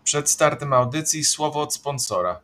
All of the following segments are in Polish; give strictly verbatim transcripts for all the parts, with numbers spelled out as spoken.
Przed startem audycji słowo od sponsora.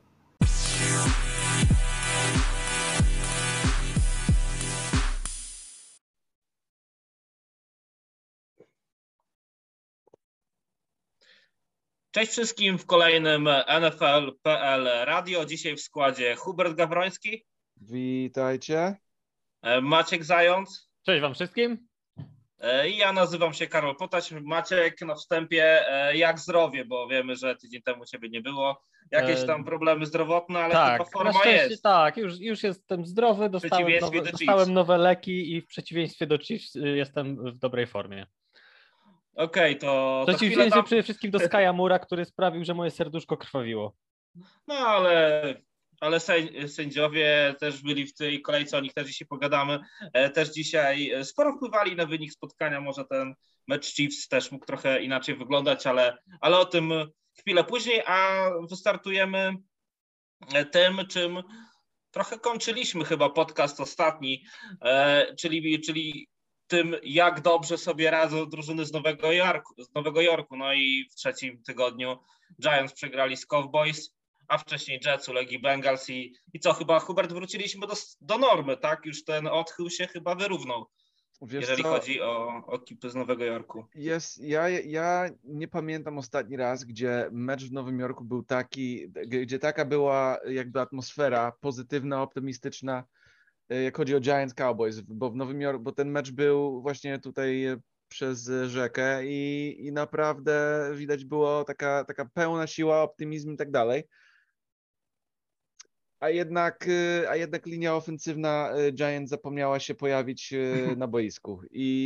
Cześć wszystkim w kolejnym N F L kropka P L Radio. Dzisiaj w składzie Hubert Gawroński. Witajcie. Maciek Zając. Cześć wam wszystkim. I ja nazywam się Karol Potać. Maciek, na wstępie jak zdrowie, bo wiemy, że tydzień temu ciebie nie było. Jakieś tam problemy zdrowotne, ale tak, chyba forma jest. Tak, już, już jestem zdrowy, dostałem nowe, dostałem nowe leki i w przeciwieństwie do Chiefs jestem w dobrej formie. Okej, okay, to... W przeciwieństwie tam... przede wszystkim do Sky'a Mura, który sprawił, że moje serduszko krwawiło. No ale... Ale sędziowie też byli w tej kolejce, o nich też dzisiaj pogadamy. Też dzisiaj sporo wpływali na wynik spotkania. Może ten mecz Chiefs też mógł trochę inaczej wyglądać, ale, ale o tym chwilę później. A wystartujemy tym, czym trochę kończyliśmy chyba podcast ostatni, czyli, czyli tym, jak dobrze sobie radzą drużyny z Nowego Jorku. Z Nowego Jorku. No i w trzecim tygodniu Giants przegrali z Cowboys, a wcześniej Jets ulegli Bengals i, i co, chyba Hubert wróciliśmy do, do normy, tak? Już ten odchył się chyba wyrównał, Wiesz jeżeli co? chodzi o, o ekipy z Nowego Jorku. Jest, ja, ja nie pamiętam ostatni raz, gdzie mecz w Nowym Jorku był taki, gdzie taka była jakby atmosfera pozytywna, optymistyczna, jak chodzi o Giants Cowboys, bo w Nowym Jorku, bo ten mecz był właśnie tutaj przez rzekę i, i naprawdę widać było taka, taka pełna siła, optymizm i tak dalej. A jednak, a jednak linia ofensywna Giants zapomniała się pojawić na boisku.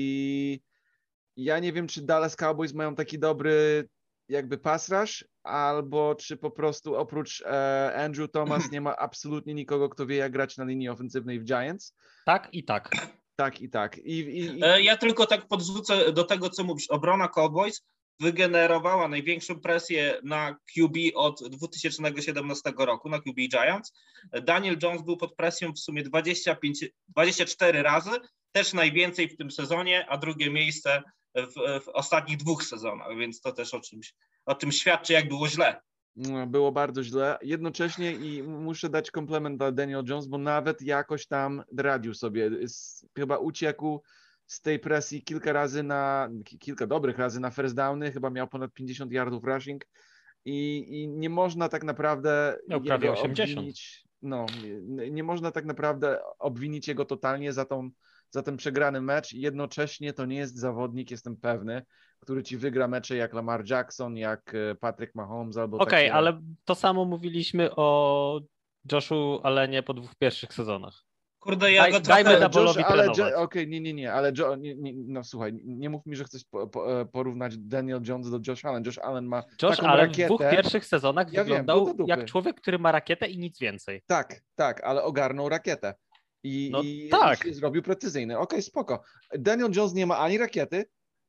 I ja nie wiem, czy Dallas Cowboys mają taki dobry jakby pass rush, albo czy po prostu oprócz Andrew Thomas nie ma absolutnie nikogo, kto wie, jak grać na linii ofensywnej w Giants. Tak i tak. Tak i tak. I, i, i... Ja tylko tak podrzucę do tego, co mówisz. Obrona Cowboys wygenerowała największą presję na Q B od dwa tysiące siedemnastego roku, na Q B Giants. Daniel Jones był pod presją w sumie dwadzieścia pięć, dwadzieścia cztery razy, też najwięcej w tym sezonie, a drugie miejsce w, w ostatnich dwóch sezonach, więc to też o czymś, o tym świadczy, jak było źle. Było bardzo źle. Jednocześnie i muszę dać komplement dla Daniel Jones, bo nawet jakoś tam radził sobie. Chyba uciekł z tej presji kilka razy na, kilka dobrych razy na first downy, chyba miał ponad pięćdziesiąt yardów rushing i, i nie można tak naprawdę miał prawie jego osiemdziesiąt. Obwinić, no, nie, nie można tak naprawdę obwinić jego totalnie za, tą, za ten przegrany mecz. Jednocześnie to nie jest zawodnik, jestem pewny, który ci wygra mecze jak Lamar Jackson, jak Patrick Mahomes albo Okej, takie... ale to samo mówiliśmy o Joshu Allenie po dwóch pierwszych sezonach. Kurde, ja Daj, go dajmy trochę... Double trenować. Okej, okay, nie, nie, nie, ale jo, nie, nie, no słuchaj, nie mów mi, że chcesz po, po, porównać Daniel Jones do Josh Allen. Josh Allen ma Josh taką Allen rakietę. w dwóch pierwszych sezonach ja wyglądał wiem, jak człowiek, który ma rakietę i nic więcej. Tak, tak, ale ogarnął rakietę. I, no, i, tak. i zrobił precyzyjny. Okej, okay, spoko. Daniel Jones nie ma ani rakiety,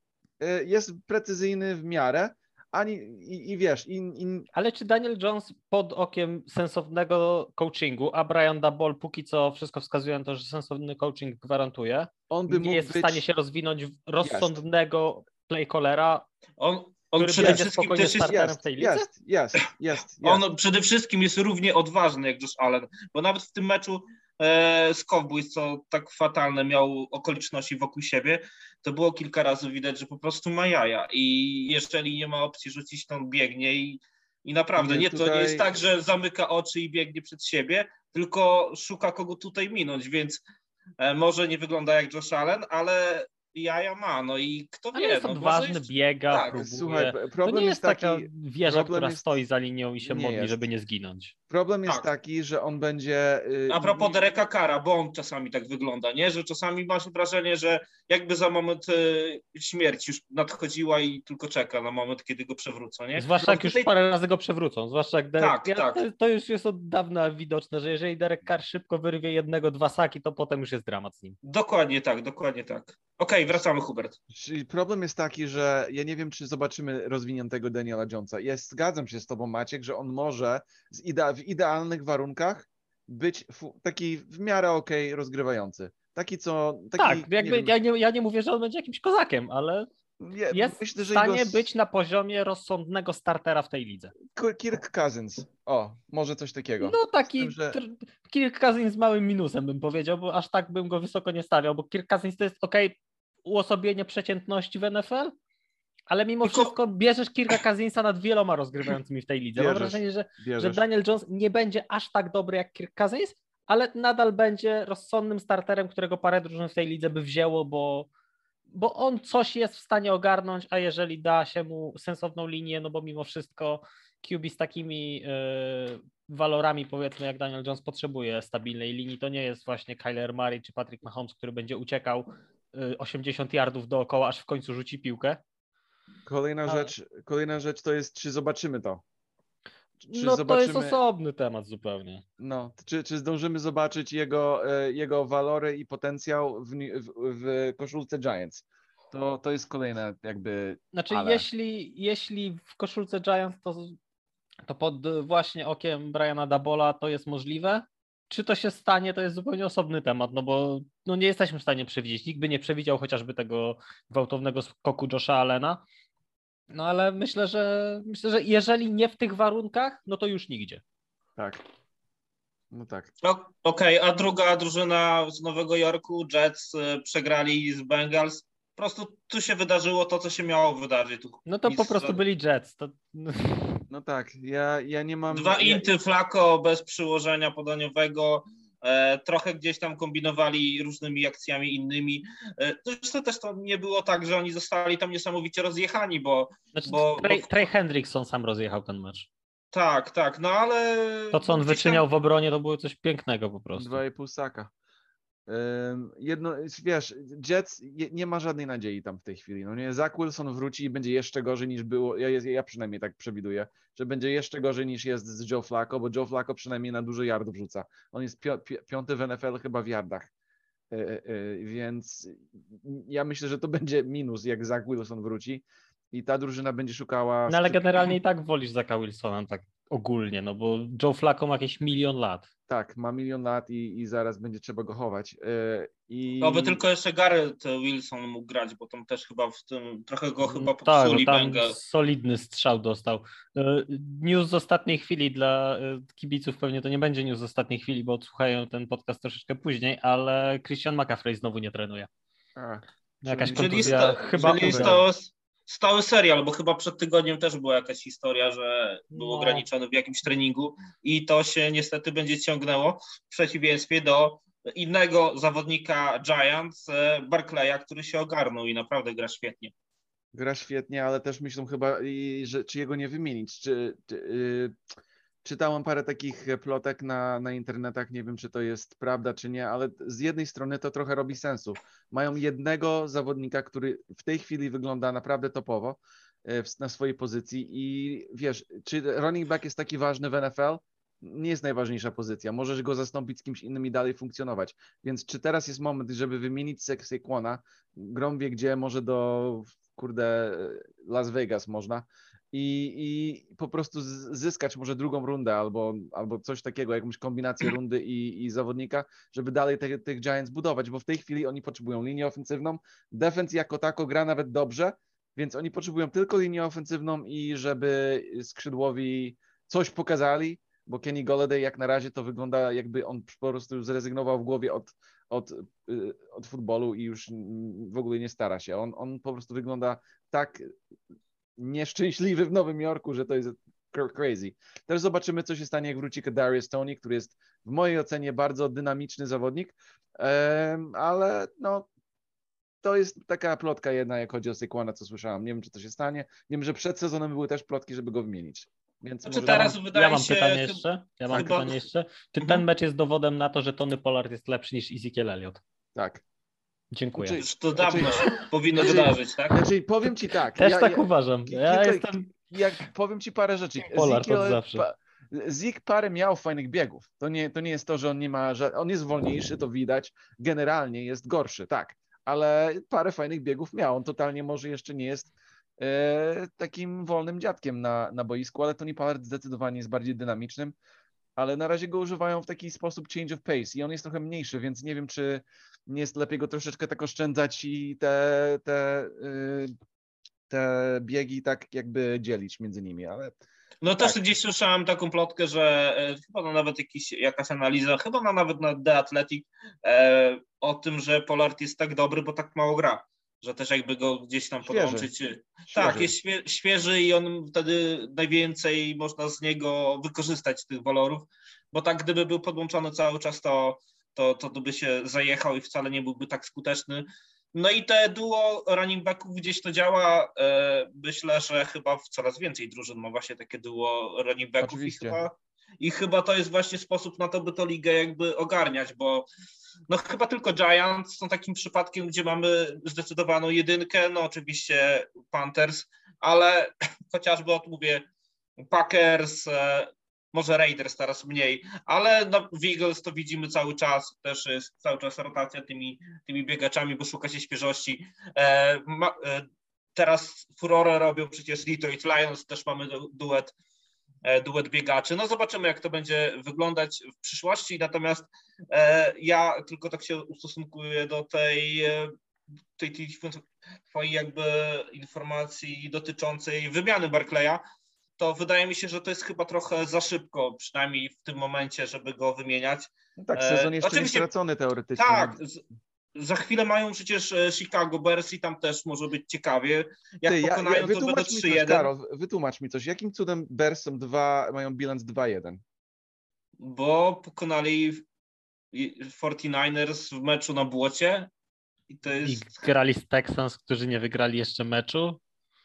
jest precyzyjny w miarę, ani i, i wiesz... I, i... Ale czy Daniel Jones pod okiem sensownego coachingu, a Brian Daboll póki co wszystko wskazuje na to, że sensowny coaching gwarantuje, on by nie jest być... w stanie się rozwinąć w rozsądnego playcallera, on, on który przede będzie wszystkim spokojnie też jest, starterem jest, w tej lidze? Jest, jest, jest, jest. On przede wszystkim jest równie odważny jak Josh Allen, bo nawet w tym meczu e, z Cowboys, co tak fatalne miał okoliczności wokół siebie, to było kilka razy widać, że po prostu ma jaja i jeżeli nie ma opcji rzucić, to on biegnie i, i naprawdę nie, tutaj... to nie jest tak, że zamyka oczy i biegnie przed siebie, tylko szuka kogo tutaj minąć, więc e, może nie wygląda jak Josh Allen, ale jaja ma, no i kto Ale wie. jest no, odważny, jest... biega, tak, próbuje. Słuchaj, problem to nie jest, jest taki, taka wieża, która jest... stoi za linią i się nie modli, jest. żeby nie zginąć. Problem jest tak. taki, że on będzie... Yy, A propos i... Dereka Carra, bo on czasami tak wygląda, nie? Że czasami masz wrażenie, że jakby za moment y, śmierć już nadchodziła i tylko czeka na moment, kiedy go przewrócą, nie? Zwłaszcza jak tutaj... już parę razy go przewrócą, zwłaszcza jak Derek... Tak, ja, tak. To, to już jest od dawna widoczne, że jeżeli Derek Carr szybko wyrwie jednego, dwa saki, to potem już jest dramat z nim. Dokładnie tak, dokładnie tak. Okej, okay, wracamy, Hubert. Czyli problem jest taki, że ja nie wiem, czy zobaczymy rozwiniętego Daniela Jonesa. Ja zgadzam się z tobą, Maciek, że on może z idea- w idealnych warunkach być fu- taki w miarę okej okay rozgrywający. Taki, co... Taki, tak, jakby nie wiem, ja, nie, ja nie mówię, że on będzie jakimś kozakiem, ale... Nie, jest myślę, w że stanie jego... być na poziomie rozsądnego startera w tej lidze. Kirk Cousins. O, może coś takiego. No taki tym, że- tr- Kirk Cousins z małym minusem bym powiedział, bo aż tak bym go wysoko nie stawiał, bo Kirk Cousins to jest okej, uosobienie przeciętności w N F L, ale mimo Tylko- wszystko bierzesz Kirka Cousinsa nad wieloma rozgrywającymi w tej lidze. Mam Bierzesz, wrażenie, że, że Bierzesz. Daniel Jones nie będzie aż tak dobry jak Kirk Cousins, ale nadal będzie rozsądnym starterem, którego parę drużyn w tej lidze by wzięło, bo, bo on coś jest w stanie ogarnąć, a jeżeli da się mu sensowną linię, no bo mimo wszystko Q B z takimi y, walorami, powiedzmy, jak Daniel Jones potrzebuje stabilnej linii, to nie jest właśnie Kyler Murray czy Patrick Mahomes, który będzie uciekał y, osiemdziesiąt yardów dookoła, aż w końcu rzuci piłkę. Kolejna Ale- rzecz, kolejna rzecz to jest, czy zobaczymy to. Czy No to jest zobaczymy- osobny temat zupełnie. No, czy, czy zdążymy zobaczyć jego, e, jego walory i potencjał w, w, w koszulce Giants? To, to jest kolejne jakby... Znaczy, Ale- jeśli, jeśli w koszulce Giants, to, to pod właśnie okiem Briana Dabola to jest możliwe. Czy to się stanie, to jest zupełnie osobny temat, no bo no nie jesteśmy w stanie przewidzieć. Nikt by nie przewidział chociażby tego gwałtownego skoku Josha Allena. No ale myślę, że myślę, że jeżeli nie w tych warunkach, no to już nigdzie. Tak. No tak. O- Okej, a druga drużyna z Nowego Jorku, Jets, y, przegrali z Bengals. Po prostu tu się wydarzyło to, co się miało wydarzyć. Tu No to nic po prostu za- byli Jets. To... No tak, ja, ja nie mam... Dwa ja, inty Flacco bez przyłożenia podaniowego. E, trochę gdzieś tam kombinowali różnymi akcjami innymi. E, zresztą też to nie było tak, że oni zostali tam niesamowicie rozjechani, bo Znaczy, Bo- Trey, bo- Trey Hendrickson sam rozjechał ten mecz. tak, tak, no ale... To, co on gdzieś tam- wyczyniał w obronie, to było coś pięknego po prostu. Dwa i pół saka. Ym, Jedno, wiesz, Jets je- nie ma żadnej nadziei tam w tej chwili. No nie, Zach Wilson wróci i będzie jeszcze gorzej niż było. Ja, ja przynajmniej tak przewiduję, że będzie jeszcze gorzej niż jest z Joe Flacco, bo Joe Flacco przynajmniej na dużo yardów rzuca. On jest pio, pi, piąty w N F L chyba w yardach. Y, y, y, Więc ja myślę, że to będzie minus, jak Zach Wilson wróci i ta drużyna będzie szukała. No ale skrzyp- generalnie i tak wolisz Zacka Wilsona tak ogólnie, no bo Joe Flacco ma jakieś milion lat. Tak, ma milion lat i, i zaraz będzie trzeba go chować. Y, I... Oby tylko jeszcze Garrett Wilson mógł grać, bo tam też chyba w tym trochę go chyba Tak, popsuli bo tam Bengals. solidny strzał dostał. E, News z ostatniej chwili dla e, kibiców, pewnie to nie będzie news z ostatniej chwili, bo odsłuchają ten podcast troszeczkę później, ale Christian McCaffrey znowu nie trenuje. A, Jakaś czyli- Czyli, kontuzja, sta, chyba czyli chyba. stały, stały serial, bo chyba przed tygodniem też była jakaś historia, że był No. ograniczony w jakimś treningu i to się niestety będzie ciągnęło w przeciwieństwie do innego zawodnika Giants, e, Barclaya, który się ogarnął i naprawdę gra świetnie. Gra świetnie, ale też myślą chyba, i, że, czy jego nie wymienić. Czy, czy, y, czytałem parę takich plotek na, na internetach, nie wiem, czy to jest prawda, czy nie, ale z jednej strony to trochę robi sensu. Mają jednego zawodnika, który w tej chwili wygląda naprawdę topowo y, w, na swojej pozycji i wiesz, czy running back jest taki ważny w N F L? Nie jest najważniejsza pozycja. Możesz go zastąpić z kimś innym i dalej funkcjonować. Więc czy teraz jest moment, żeby wymienić Saquona, Grąbie, gdzie może do kurde Las Vegas można i, i po prostu z- zyskać może drugą rundę albo, albo coś takiego, jakąś kombinację rundy i, i zawodnika, żeby dalej te, tych Giants budować, bo w tej chwili oni potrzebują linię ofensywną, defense jako tako gra nawet dobrze, więc oni potrzebują tylko linię ofensywną i żeby skrzydłowi coś pokazali, bo Kenny Golladay jak na razie to wygląda jakby on po prostu już zrezygnował w głowie od, od, y, od futbolu i już w ogóle nie stara się. On, on po prostu wygląda tak nieszczęśliwy w Nowym Jorku, że to jest crazy. Też zobaczymy, co się stanie, jak wróci Kadarius Toney, który jest w mojej ocenie bardzo dynamiczny zawodnik, um, ale no to jest taka plotka jedna, jak chodzi o Saquona, co słyszałem. Nie wiem, czy to się stanie. Wiem, że przed sezonem były też plotki, żeby go wymienić. Więc Znaczy może teraz tam- wydaje Ja mam się... pytanie chyba- jeszcze. Ja mam chyba- pytanie jeszcze. Czy Mhm. ten mecz jest dowodem na to, że Tony Pollard jest lepszy niż Ezekiel Elliott? Tak. Dziękuję. Znaczy- Już to dawno się powinno Znaczy- wydarzyć, tak? Znaczy, powiem ci tak. Też ja, tak ja, uważam. Ja kilka- jestem... jak powiem ci parę rzeczy. Pollard od zawsze. Pa, Zeke parę miał fajnych biegów. To nie, to nie jest to, że on nie ma, że on jest wolniejszy, to widać. Generalnie jest gorszy, tak. Ale parę fajnych biegów miał. On totalnie może jeszcze nie jest e, takim wolnym dziadkiem na, na boisku, ale Tony Pollard zdecydowanie jest bardziej dynamicznym. Ale na razie go używają w taki sposób change of pace i on jest trochę mniejszy, więc nie wiem, czy nie jest lepiej go troszeczkę tak oszczędzać i te, te y, te biegi tak jakby dzielić między nimi, ale No też tak. gdzieś słyszałem taką plotkę, że e, chyba no nawet jakiś, jakaś analiza, chyba no nawet na The Athletic e, o tym, że Pollard jest tak dobry, bo tak mało gra, że też jakby go gdzieś tam Świeży. podłączyć. Tak, Świeży. jest świe, świeży i on wtedy najwięcej można z niego wykorzystać tych walorów, bo tak gdyby był podłączony cały czas, to, to, to by się zajechał i wcale nie byłby tak skuteczny. No i te duo running backów gdzieś to działa. Myślę, że chyba w coraz więcej drużyn ma właśnie takie duo running backów i Oczywiście. chyba, i chyba to jest właśnie sposób na to, by to ligę jakby ogarniać, bo no chyba tylko Giants są takim przypadkiem, gdzie mamy zdecydowaną jedynkę, no oczywiście Panthers, ale chociażby od mówię Packers, może Raiders teraz mniej, ale no, w Eagles to widzimy cały czas, też jest cały czas rotacja tymi, tymi biegaczami, bo szuka się świeżości. E, ma, e, teraz furorę robią przecież Detroit Lions, też mamy du- duet, e, duet biegaczy. No zobaczymy, jak to będzie wyglądać w przyszłości, natomiast e, ja tylko tak się ustosunkuję do tej, e, tej, tej twojej jakby informacji dotyczącej wymiany Barclaya. To wydaje mi się, że to jest chyba trochę za szybko, przynajmniej w tym momencie, żeby go wymieniać. No tak, sezon jeszcze Oczywiście, nie stracony teoretycznie. Tak, z, za chwilę mają przecież Chicago Bears i tam też może być ciekawie. Jak Ty, ja, pokonają, ja, to będą wytłumacz mi trzy coś, jeden. Karol, wytłumacz mi coś. Jakim cudem Bears są dwa, mają bilans dwa jeden? Bo pokonali forty-niners w meczu na błocie. I to I jest... grali z Texans, którzy nie wygrali jeszcze meczu.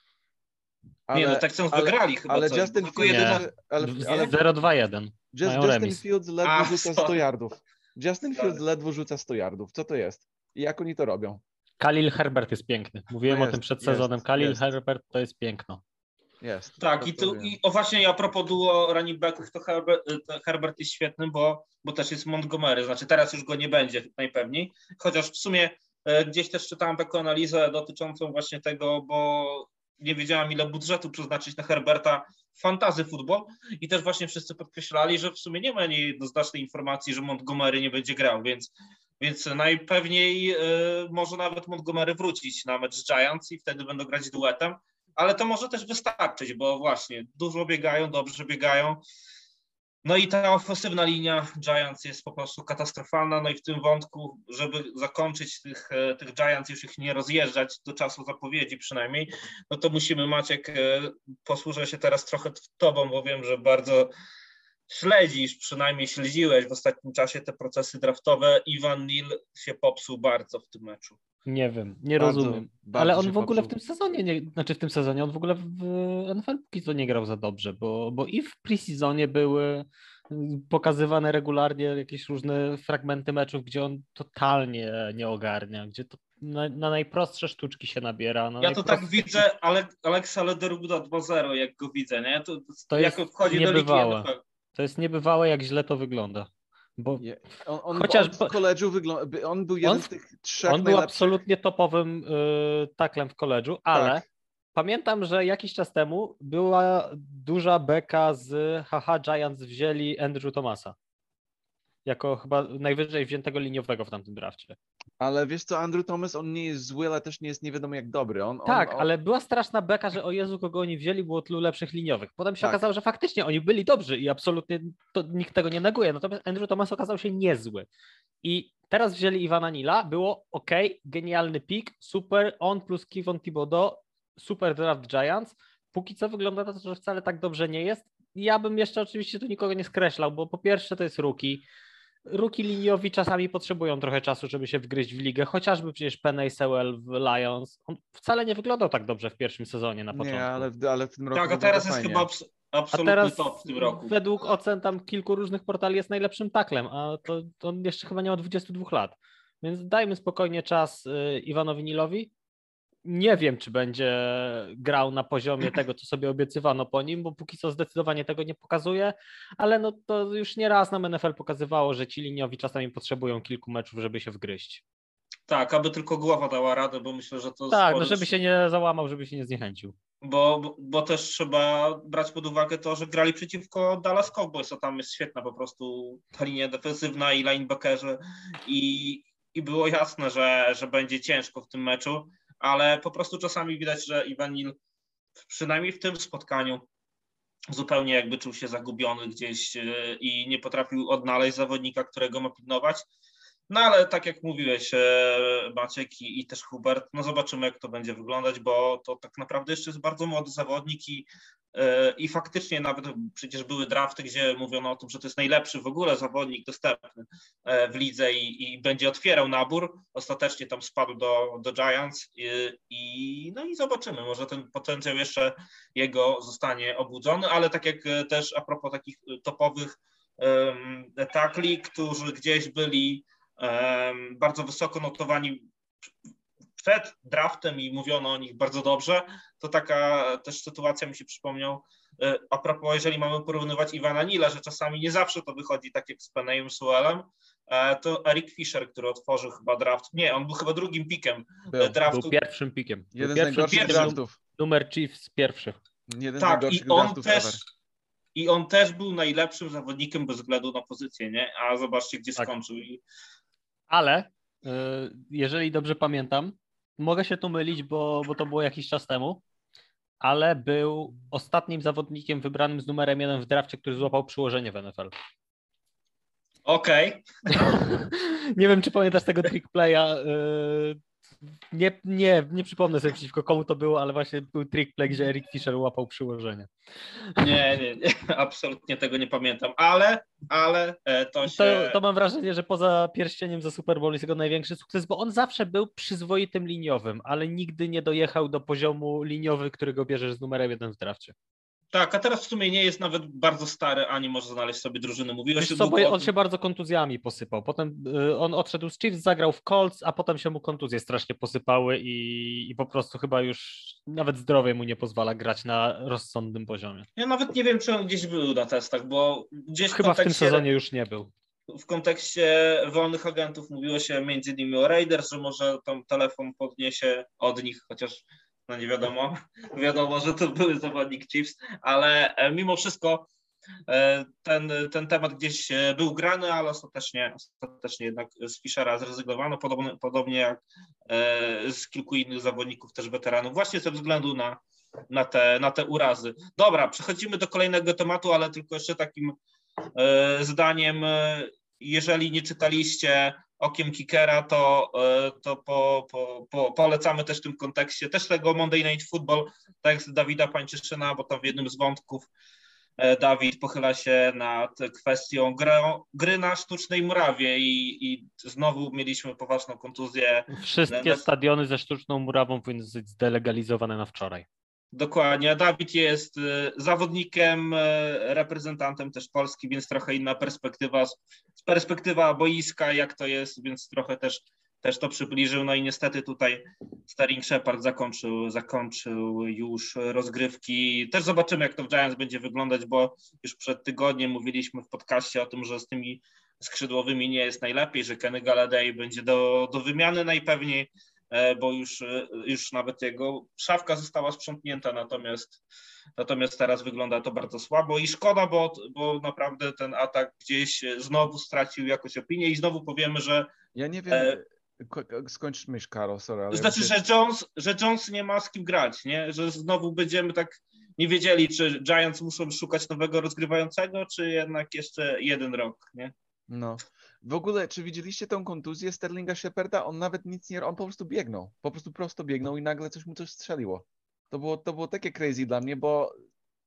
Ale, nie no, Texans ale, wygrali chyba ale coś, Justin tylko Fields, jedyna... Nie. ale, ale zero dwa jeden. Just, Mają Justin remis. Fields ledwo A, rzuca sorry. sto yardów. Justin Sorry. Fields ledwo rzuca sto yardów. Co to jest? I jak oni to robią? Khalil Herbert jest piękny. Mówiłem No o tym jest, przed jest, sezonem. Khalil jest. Herbert to jest piękno. Jest. Tak, to, i, to tu, wiem. i o właśnie a propos duo running backów, to Herbert, to Herbert jest świetny, bo, bo też jest Montgomery, znaczy teraz już go nie będzie najpewniej, chociaż w sumie e, gdzieś też czytałem taką analizę dotyczącą właśnie tego, bo nie wiedziałam ile budżetu przeznaczyć na Herberta w fantasy football i też właśnie wszyscy podkreślali, że w sumie nie ma niejednoznacznej informacji, że Montgomery nie będzie grał, więc Więc najpewniej y, może nawet Montgomery wrócić na mecz z Giants i wtedy będą grać duetem, ale to może też wystarczyć, bo właśnie dużo biegają, dobrze biegają. No i ta ofensywna linia Giants jest po prostu katastrofalna, no i w tym wątku, żeby zakończyć tych, tych Giants, już ich nie rozjeżdżać do czasu zapowiedzi przynajmniej, no to musimy, Maciek, posłużę się teraz trochę tobą, bo wiem, że bardzo śledzisz, przynajmniej śledziłeś w ostatnim czasie te procesy draftowe. Ivan Neal się popsuł bardzo w tym meczu. Nie wiem, nie Bardzo, rozumiem. bardzo Ale on się w ogóle popsuł. w tym sezonie, nie, znaczy w tym sezonie, on w ogóle w N F L póki co nie grał za dobrze, bo, bo i w preseasonie były pokazywane regularnie jakieś różne fragmenty meczów, gdzie on totalnie nie ogarnia, gdzie to na, na najprostsze sztuczki się nabiera. Na Ja to tak najprostsze- widzę, ale Alexa Lederuda dwa zero, jak go widzę, nie? To, To jak jest wchodzi do ligi niebywałe. N F L. To jest niebywałe, jak źle to wygląda. Bo Je- On, on, Chociaż- on w koledżu wygląda, on był jeden On- z tych trzech on był najlepszych. absolutnie topowym y, taklem w koledżu, ale Tak. pamiętam, że jakiś czas temu była duża beka z haha Giants wzięli Andrew Thomasa jako chyba najwyżej wziętego liniowego w tamtym drafcie. Ale wiesz co, Andrew Thomas, on nie jest zły, ale też nie jest nie wiadomo jak dobry. On, Tak, on, on, ale była straszna beka, że o Jezu, kogo oni wzięli, było tylu lepszych liniowych. Potem się Tak. okazało, że faktycznie oni byli dobrzy i absolutnie to, nikt tego nie neguje. Natomiast Andrew Thomas okazał się niezły. I teraz wzięli Ivana Neala, było ok, genialny pick, super, on plus Kevon Thibodeau, super draft Giants. Póki co wygląda to, że wcale tak dobrze nie jest. Ja bym jeszcze oczywiście tu nikogo nie skreślał, bo po pierwsze to jest rookie. Rookie liniowi czasami potrzebują trochę czasu, żeby się wgryźć w ligę, chociażby przecież Penny Sewell w Lions. On wcale nie wyglądał tak dobrze w pierwszym sezonie na początku. nie, ale, w- ale w tym roku Tak, a wygląda teraz jest fajnie. chyba abs- A absolutny teraz top w tym roku. według ocen tam kilku różnych portali jest najlepszym taklem, a to, to on jeszcze chyba nie ma dwudziestu dwóch lat. Więc dajmy spokojnie czas y, Ivanowi Nealowi. Nie wiem, czy będzie grał na poziomie tego, co sobie obiecywano po nim, bo póki co zdecydowanie tego nie pokazuje, ale no to już nie raz nam N F L pokazywało, że ci liniowi czasami potrzebują kilku meczów, żeby się wgryźć. Tak, aby tylko głowa dała radę, bo myślę, że to Tak, spory- no żeby się nie załamał, żeby się nie zniechęcił. Bo, bo, bo też trzeba brać pod uwagę to, że grali przeciwko Dallas Cowboys, a tam jest świetna po prostu ta linia defensywna i linebackerzy i, i było jasne, że, że będzie ciężko w tym meczu, ale po prostu czasami widać, że Ivan Neal przynajmniej w tym spotkaniu zupełnie jakby czuł się zagubiony gdzieś i nie potrafił odnaleźć zawodnika, którego ma pilnować. No ale tak jak mówiłeś, Maciek i, i też Hubert, no zobaczymy, jak to będzie wyglądać, bo to tak naprawdę jeszcze jest bardzo młody zawodnik i, i faktycznie nawet przecież były drafty, gdzie mówiono o tym, że to jest najlepszy w ogóle zawodnik dostępny w lidze i, i będzie otwierał nabór. Ostatecznie tam spadł do, do Giants i, i no i zobaczymy, może ten potencjał jeszcze jego zostanie obudzony, ale tak jak też a propos takich topowych um, takli, którzy gdzieś byli um, bardzo wysoko notowani przed draftem i mówiono o nich bardzo dobrze, to taka też sytuacja mi się przypomniał, a propos, jeżeli mamy porównywać Ivana Neala, że czasami nie zawsze to wychodzi tak jak z Penayem Sewellem, to Eric Fisher, który otworzył chyba draft, nie, on był chyba drugim pikiem Był, draftu. Był pierwszym pikiem. Jeden Był z najgorszych pierwszy, draftów. Numer Chiefs pierwszy. Jeden z Tak, najgorszych i on draftów też ever. i on też był najlepszym zawodnikiem bez względu na pozycję, nie? A zobaczcie, gdzie Tak. skończył. I... Ale y, jeżeli dobrze pamiętam, mogę się tu mylić, bo, bo to było jakiś czas temu, ale był ostatnim zawodnikiem wybranym z numerem jeden w drafcie, który złapał przyłożenie w N F L. Okej. Okay. Nie wiem, czy pamiętasz tego trick playa. y, Nie, nie, nie przypomnę sobie przeciwko komu to było, ale właśnie był trick play, gdzie Eric Fisher łapał przyłożenie. Nie, nie, nie, absolutnie tego nie pamiętam, ale, ale to się... To, to mam wrażenie, że poza pierścieniem za Super Bowl jest jego największy sukces, bo on zawsze był przyzwoitym liniowym, ale nigdy nie dojechał do poziomu liniowy, którego bierzesz z numerem jeden w drafcie. Tak, a teraz w sumie nie jest nawet bardzo stary, ani może znaleźć sobie drużyny. Mówiłeś Wiesz co, bo długo on o tym... się bardzo kontuzjami posypał. Potem y, on odszedł z Chiefs, zagrał w Colts, a potem się mu kontuzje strasznie posypały i, i po prostu chyba już nawet zdrowie mu nie pozwala grać na rozsądnym poziomie. Ja nawet nie wiem, czy on gdzieś był na testach, bo gdzieś w Chyba w tym kontekście... sezonie już nie był. W kontekście wolnych agentów mówiło się między innymi o Raiders, że może tam telefon podniesie od nich, chociaż no nie wiadomo, wiadomo, że to były zawodnik Chiefs, ale mimo wszystko ten, ten temat gdzieś był grany, ale ostatecznie, ostatecznie jednak z Fishera zrezygnowano, podobnie, podobnie jak z kilku innych zawodników, też weteranów, właśnie ze względu na, na, te, na te urazy. Dobra, przechodzimy do kolejnego tematu, ale tylko jeszcze takim zdaniem, jeżeli nie czytaliście Okiem Kickera, to, to po, po, po, polecamy też w tym kontekście, też tego Monday Night Football, tekst Dawida Pańczyszyna, bo tam w jednym z wątków Dawid pochyla się nad kwestią gry, gry na sztucznej murawie i, i znowu mieliśmy poważną kontuzję. Wszystkie na... stadiony ze sztuczną murawą powinny być zdelegalizowane na wczoraj. Dokładnie. Dawid jest zawodnikiem, reprezentantem też Polski, więc trochę inna perspektywa, perspektywa boiska, jak to jest, więc trochę też, też to przybliżył. No i niestety tutaj Sterling Shepard zakończył, zakończył już rozgrywki. Też zobaczymy, jak to w Giants będzie wyglądać, bo już przed tygodniem mówiliśmy w podcaście o tym, że z tymi skrzydłowymi nie jest najlepiej, że Kenny Golladay będzie do, do wymiany najpewniej, bo już, już nawet jego szafka została sprzątnięta, natomiast, natomiast teraz wygląda to bardzo słabo i szkoda, bo, bo naprawdę ten atak gdzieś znowu stracił jakoś opinię i znowu powiemy, że... Ja nie wiem, e... skończ myśl, Karol, sorry. Ale znaczy, ja że, Jones, że Jones nie ma z kim grać, nie? Że znowu będziemy tak nie wiedzieli, czy Giants muszą szukać nowego rozgrywającego, czy jednak jeszcze jeden rok, nie? No. W ogóle, czy widzieliście tą kontuzję Sterlinga Sheparda? On nawet nic nie... On po prostu biegnął. Po prostu prosto biegnął i nagle coś mu coś strzeliło. To było, to było takie crazy dla mnie, bo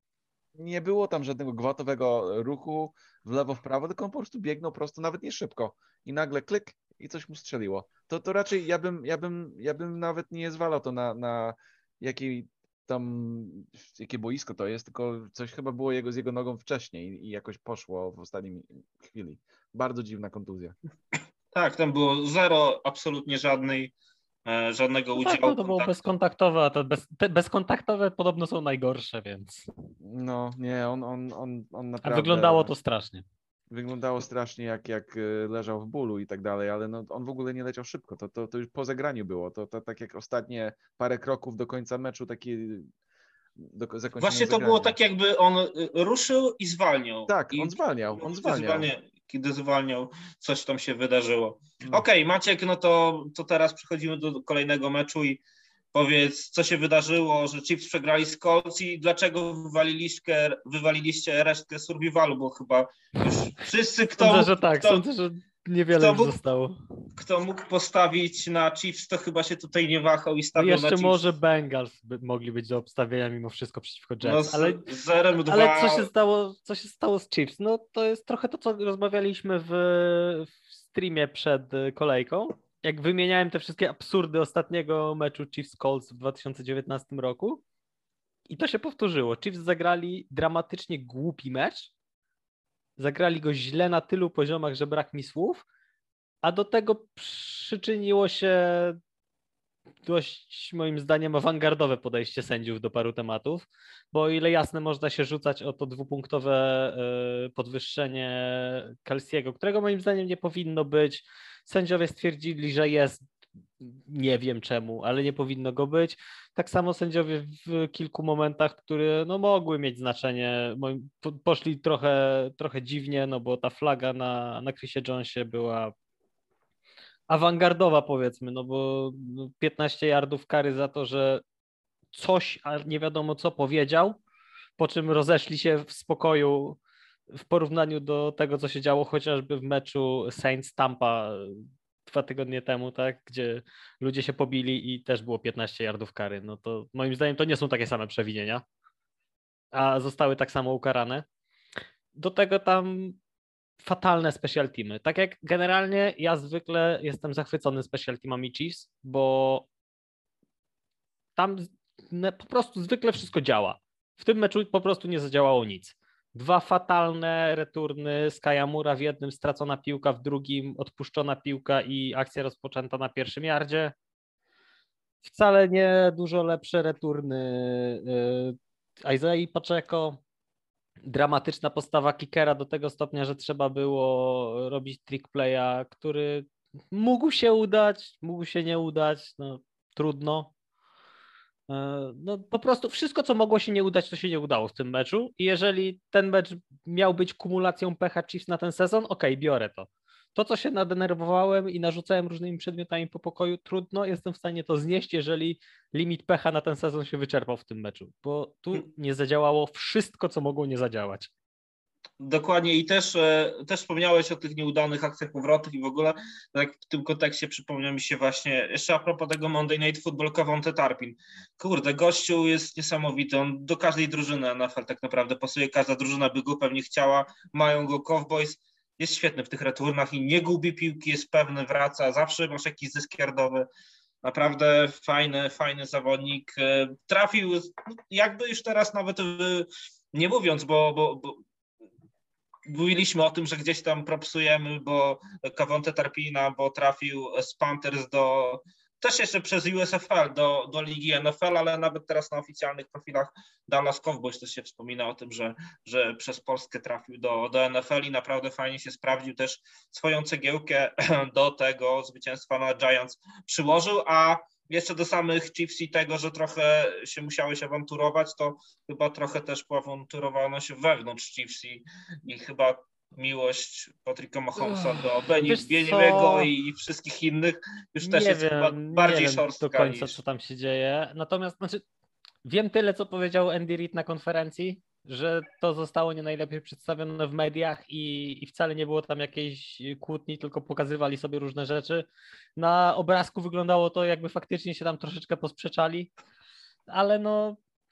nie było tam żadnego gwałtowego ruchu w lewo, w prawo, tylko on po prostu biegnął prosto, nawet nie szybko. I nagle klik i coś mu strzeliło. To, to raczej ja bym, ja bym, ja bym nawet nie zwalał to na, na jakiej tam, jakie boisko to jest, tylko coś chyba było jego, z jego nogą wcześniej i jakoś poszło w ostatniej chwili. Bardzo dziwna kontuzja. Tak, tam było zero, absolutnie żadnej, e, żadnego no udziału. Tak, no to było bezkontaktowe, a to bez, te bezkontaktowe podobno są najgorsze, więc... No, nie, on, on, on, on naprawdę... A wyglądało to strasznie. Wyglądało strasznie, jak, jak leżał w bólu i tak dalej, ale no, on w ogóle nie leciał szybko, to, to, to już po zagraniu było, to, to tak jak ostatnie parę kroków do końca meczu, takie do zakończenia Właśnie to zagrania. było tak, jakby on ruszył i zwalniał. Tak, I on zwalniał, on zwalniał. Kiedy zwalniał, coś tam się wydarzyło. No. Okej, okay, Maciek, no to, to teraz przechodzimy do kolejnego meczu i Powiedz, co się wydarzyło, że Chiefs przegrali z Colts i dlaczego wywaliliście, wywaliliście resztkę survivalu, bo chyba już wszyscy, kto Sądzę, mógł, że tak, kto, sądzę, że niewiele kto już mógł- zostało. kto mógł postawić na Chiefs, to chyba się tutaj nie wahał i No stawiał na jeszcze Chiefs. może Bengals by mogli być do obstawienia mimo wszystko przeciwko No Jets, z, ale, z zerem dwa. ale co się stało, co się stało z Chiefs? No to jest trochę to, co rozmawialiśmy w, w streamie przed y, kolejką. Jak wymieniałem te wszystkie absurdy ostatniego meczu Chiefs-Colts w dwa tysiące dziewiętnastym roku i to się powtórzyło. Chiefs zagrali dramatycznie głupi mecz, zagrali go źle na tylu poziomach, że brak mi słów, a do tego przyczyniło się dość moim zdaniem awangardowe podejście sędziów do paru tematów, bo o ile jasne można się rzucać o to dwupunktowe y, podwyższenie Kelsiego, którego moim zdaniem nie powinno być, sędziowie stwierdzili, że jest, nie wiem czemu, ale nie powinno go być. Tak samo sędziowie w kilku momentach, które no, mogły mieć znaczenie, moim- po- poszli trochę, trochę dziwnie, no bo ta flaga na, na Chrisie Jonesie była awangardowa, powiedzmy, no bo no, piętnaście yardów kary za to, że coś, ale nie wiadomo co powiedział, po czym rozeszli się w spokoju w porównaniu do tego, co się działo chociażby w meczu Saints Tampa dwa tygodnie temu, tak, gdzie ludzie się pobili i też było piętnaście yardów kary. No to moim zdaniem to nie są takie same przewinienia, a zostały tak samo ukarane. Do tego tam fatalne special teamy. Tak jak generalnie ja zwykle jestem zachwycony special teamami Chiefs, bo tam z- ne- po prostu zwykle wszystko działa. W tym meczu po prostu nie zadziałało nic. Dwa fatalne returny z Kajamura, w jednym stracona piłka, w drugim odpuszczona piłka i akcja rozpoczęta na pierwszym yardzie. Wcale nie dużo lepsze returny yy, Isaiah Pacheco. Dramatyczna postawa kickera do tego stopnia, że trzeba było robić trick playa, który mógł się udać, mógł się nie udać, no trudno. E, No po prostu wszystko, co mogło się nie udać, to się nie udało w tym meczu i jeżeli ten mecz miał być kumulacją pecha Chiefs na ten sezon, okej, biorę to. To, co się nadenerwowałem i narzucałem różnymi przedmiotami po pokoju, trudno, jestem w stanie to znieść, jeżeli limit pecha na ten sezon się wyczerpał w tym meczu, bo tu nie zadziałało wszystko, co mogło nie zadziałać. Dokładnie i też, e, też wspomniałeś o tych nieudanych akcjach powrotów i w ogóle tak w tym kontekście przypomniał mi się właśnie, jeszcze a propos tego Monday Night Football, Cavonte Turpin. Kurde, gościu jest niesamowity, on do każdej drużyny N F L tak naprawdę pasuje, każda drużyna by go pewnie chciała, mają go Cowboys, jest świetny w tych returnach i nie gubi piłki, jest pewny, wraca, zawsze masz jakiś zysk yardowy. Naprawdę fajny, fajny zawodnik. E, Trafił, no, jakby już teraz nawet e, nie mówiąc, bo, bo, bo mówiliśmy o tym, że gdzieś tam propsujemy, bo Cavonte Turpina, bo trafił z Panthers do, też jeszcze przez U S F L do, do ligi N F L, ale nawet teraz na oficjalnych profilach Dallas Cowboys też się wspomina o tym, że, że przez Polskę trafił do, do N F L i naprawdę fajnie się sprawdził, też swoją cegiełkę do tego zwycięstwa na Giants przyłożył, a jeszcze do samych Chiefs i tego, że trochę się musiałeś awanturować, to chyba trochę też poawanturowano się wewnątrz Chiefs i, i chyba miłość Patricka Mahomesa do Wiesz co? Beniego i wszystkich innych już też nie jest wiem, chyba nie bardziej wiem szorstka do końca, niż... co tam się dzieje. Natomiast znaczy, wiem tyle, co powiedział Andy Reid na konferencji, że to zostało nie najlepiej przedstawione w mediach i, i wcale nie było tam jakiejś kłótni, tylko pokazywali sobie różne rzeczy. Na obrazku wyglądało to, jakby faktycznie się tam troszeczkę posprzeczali, ale no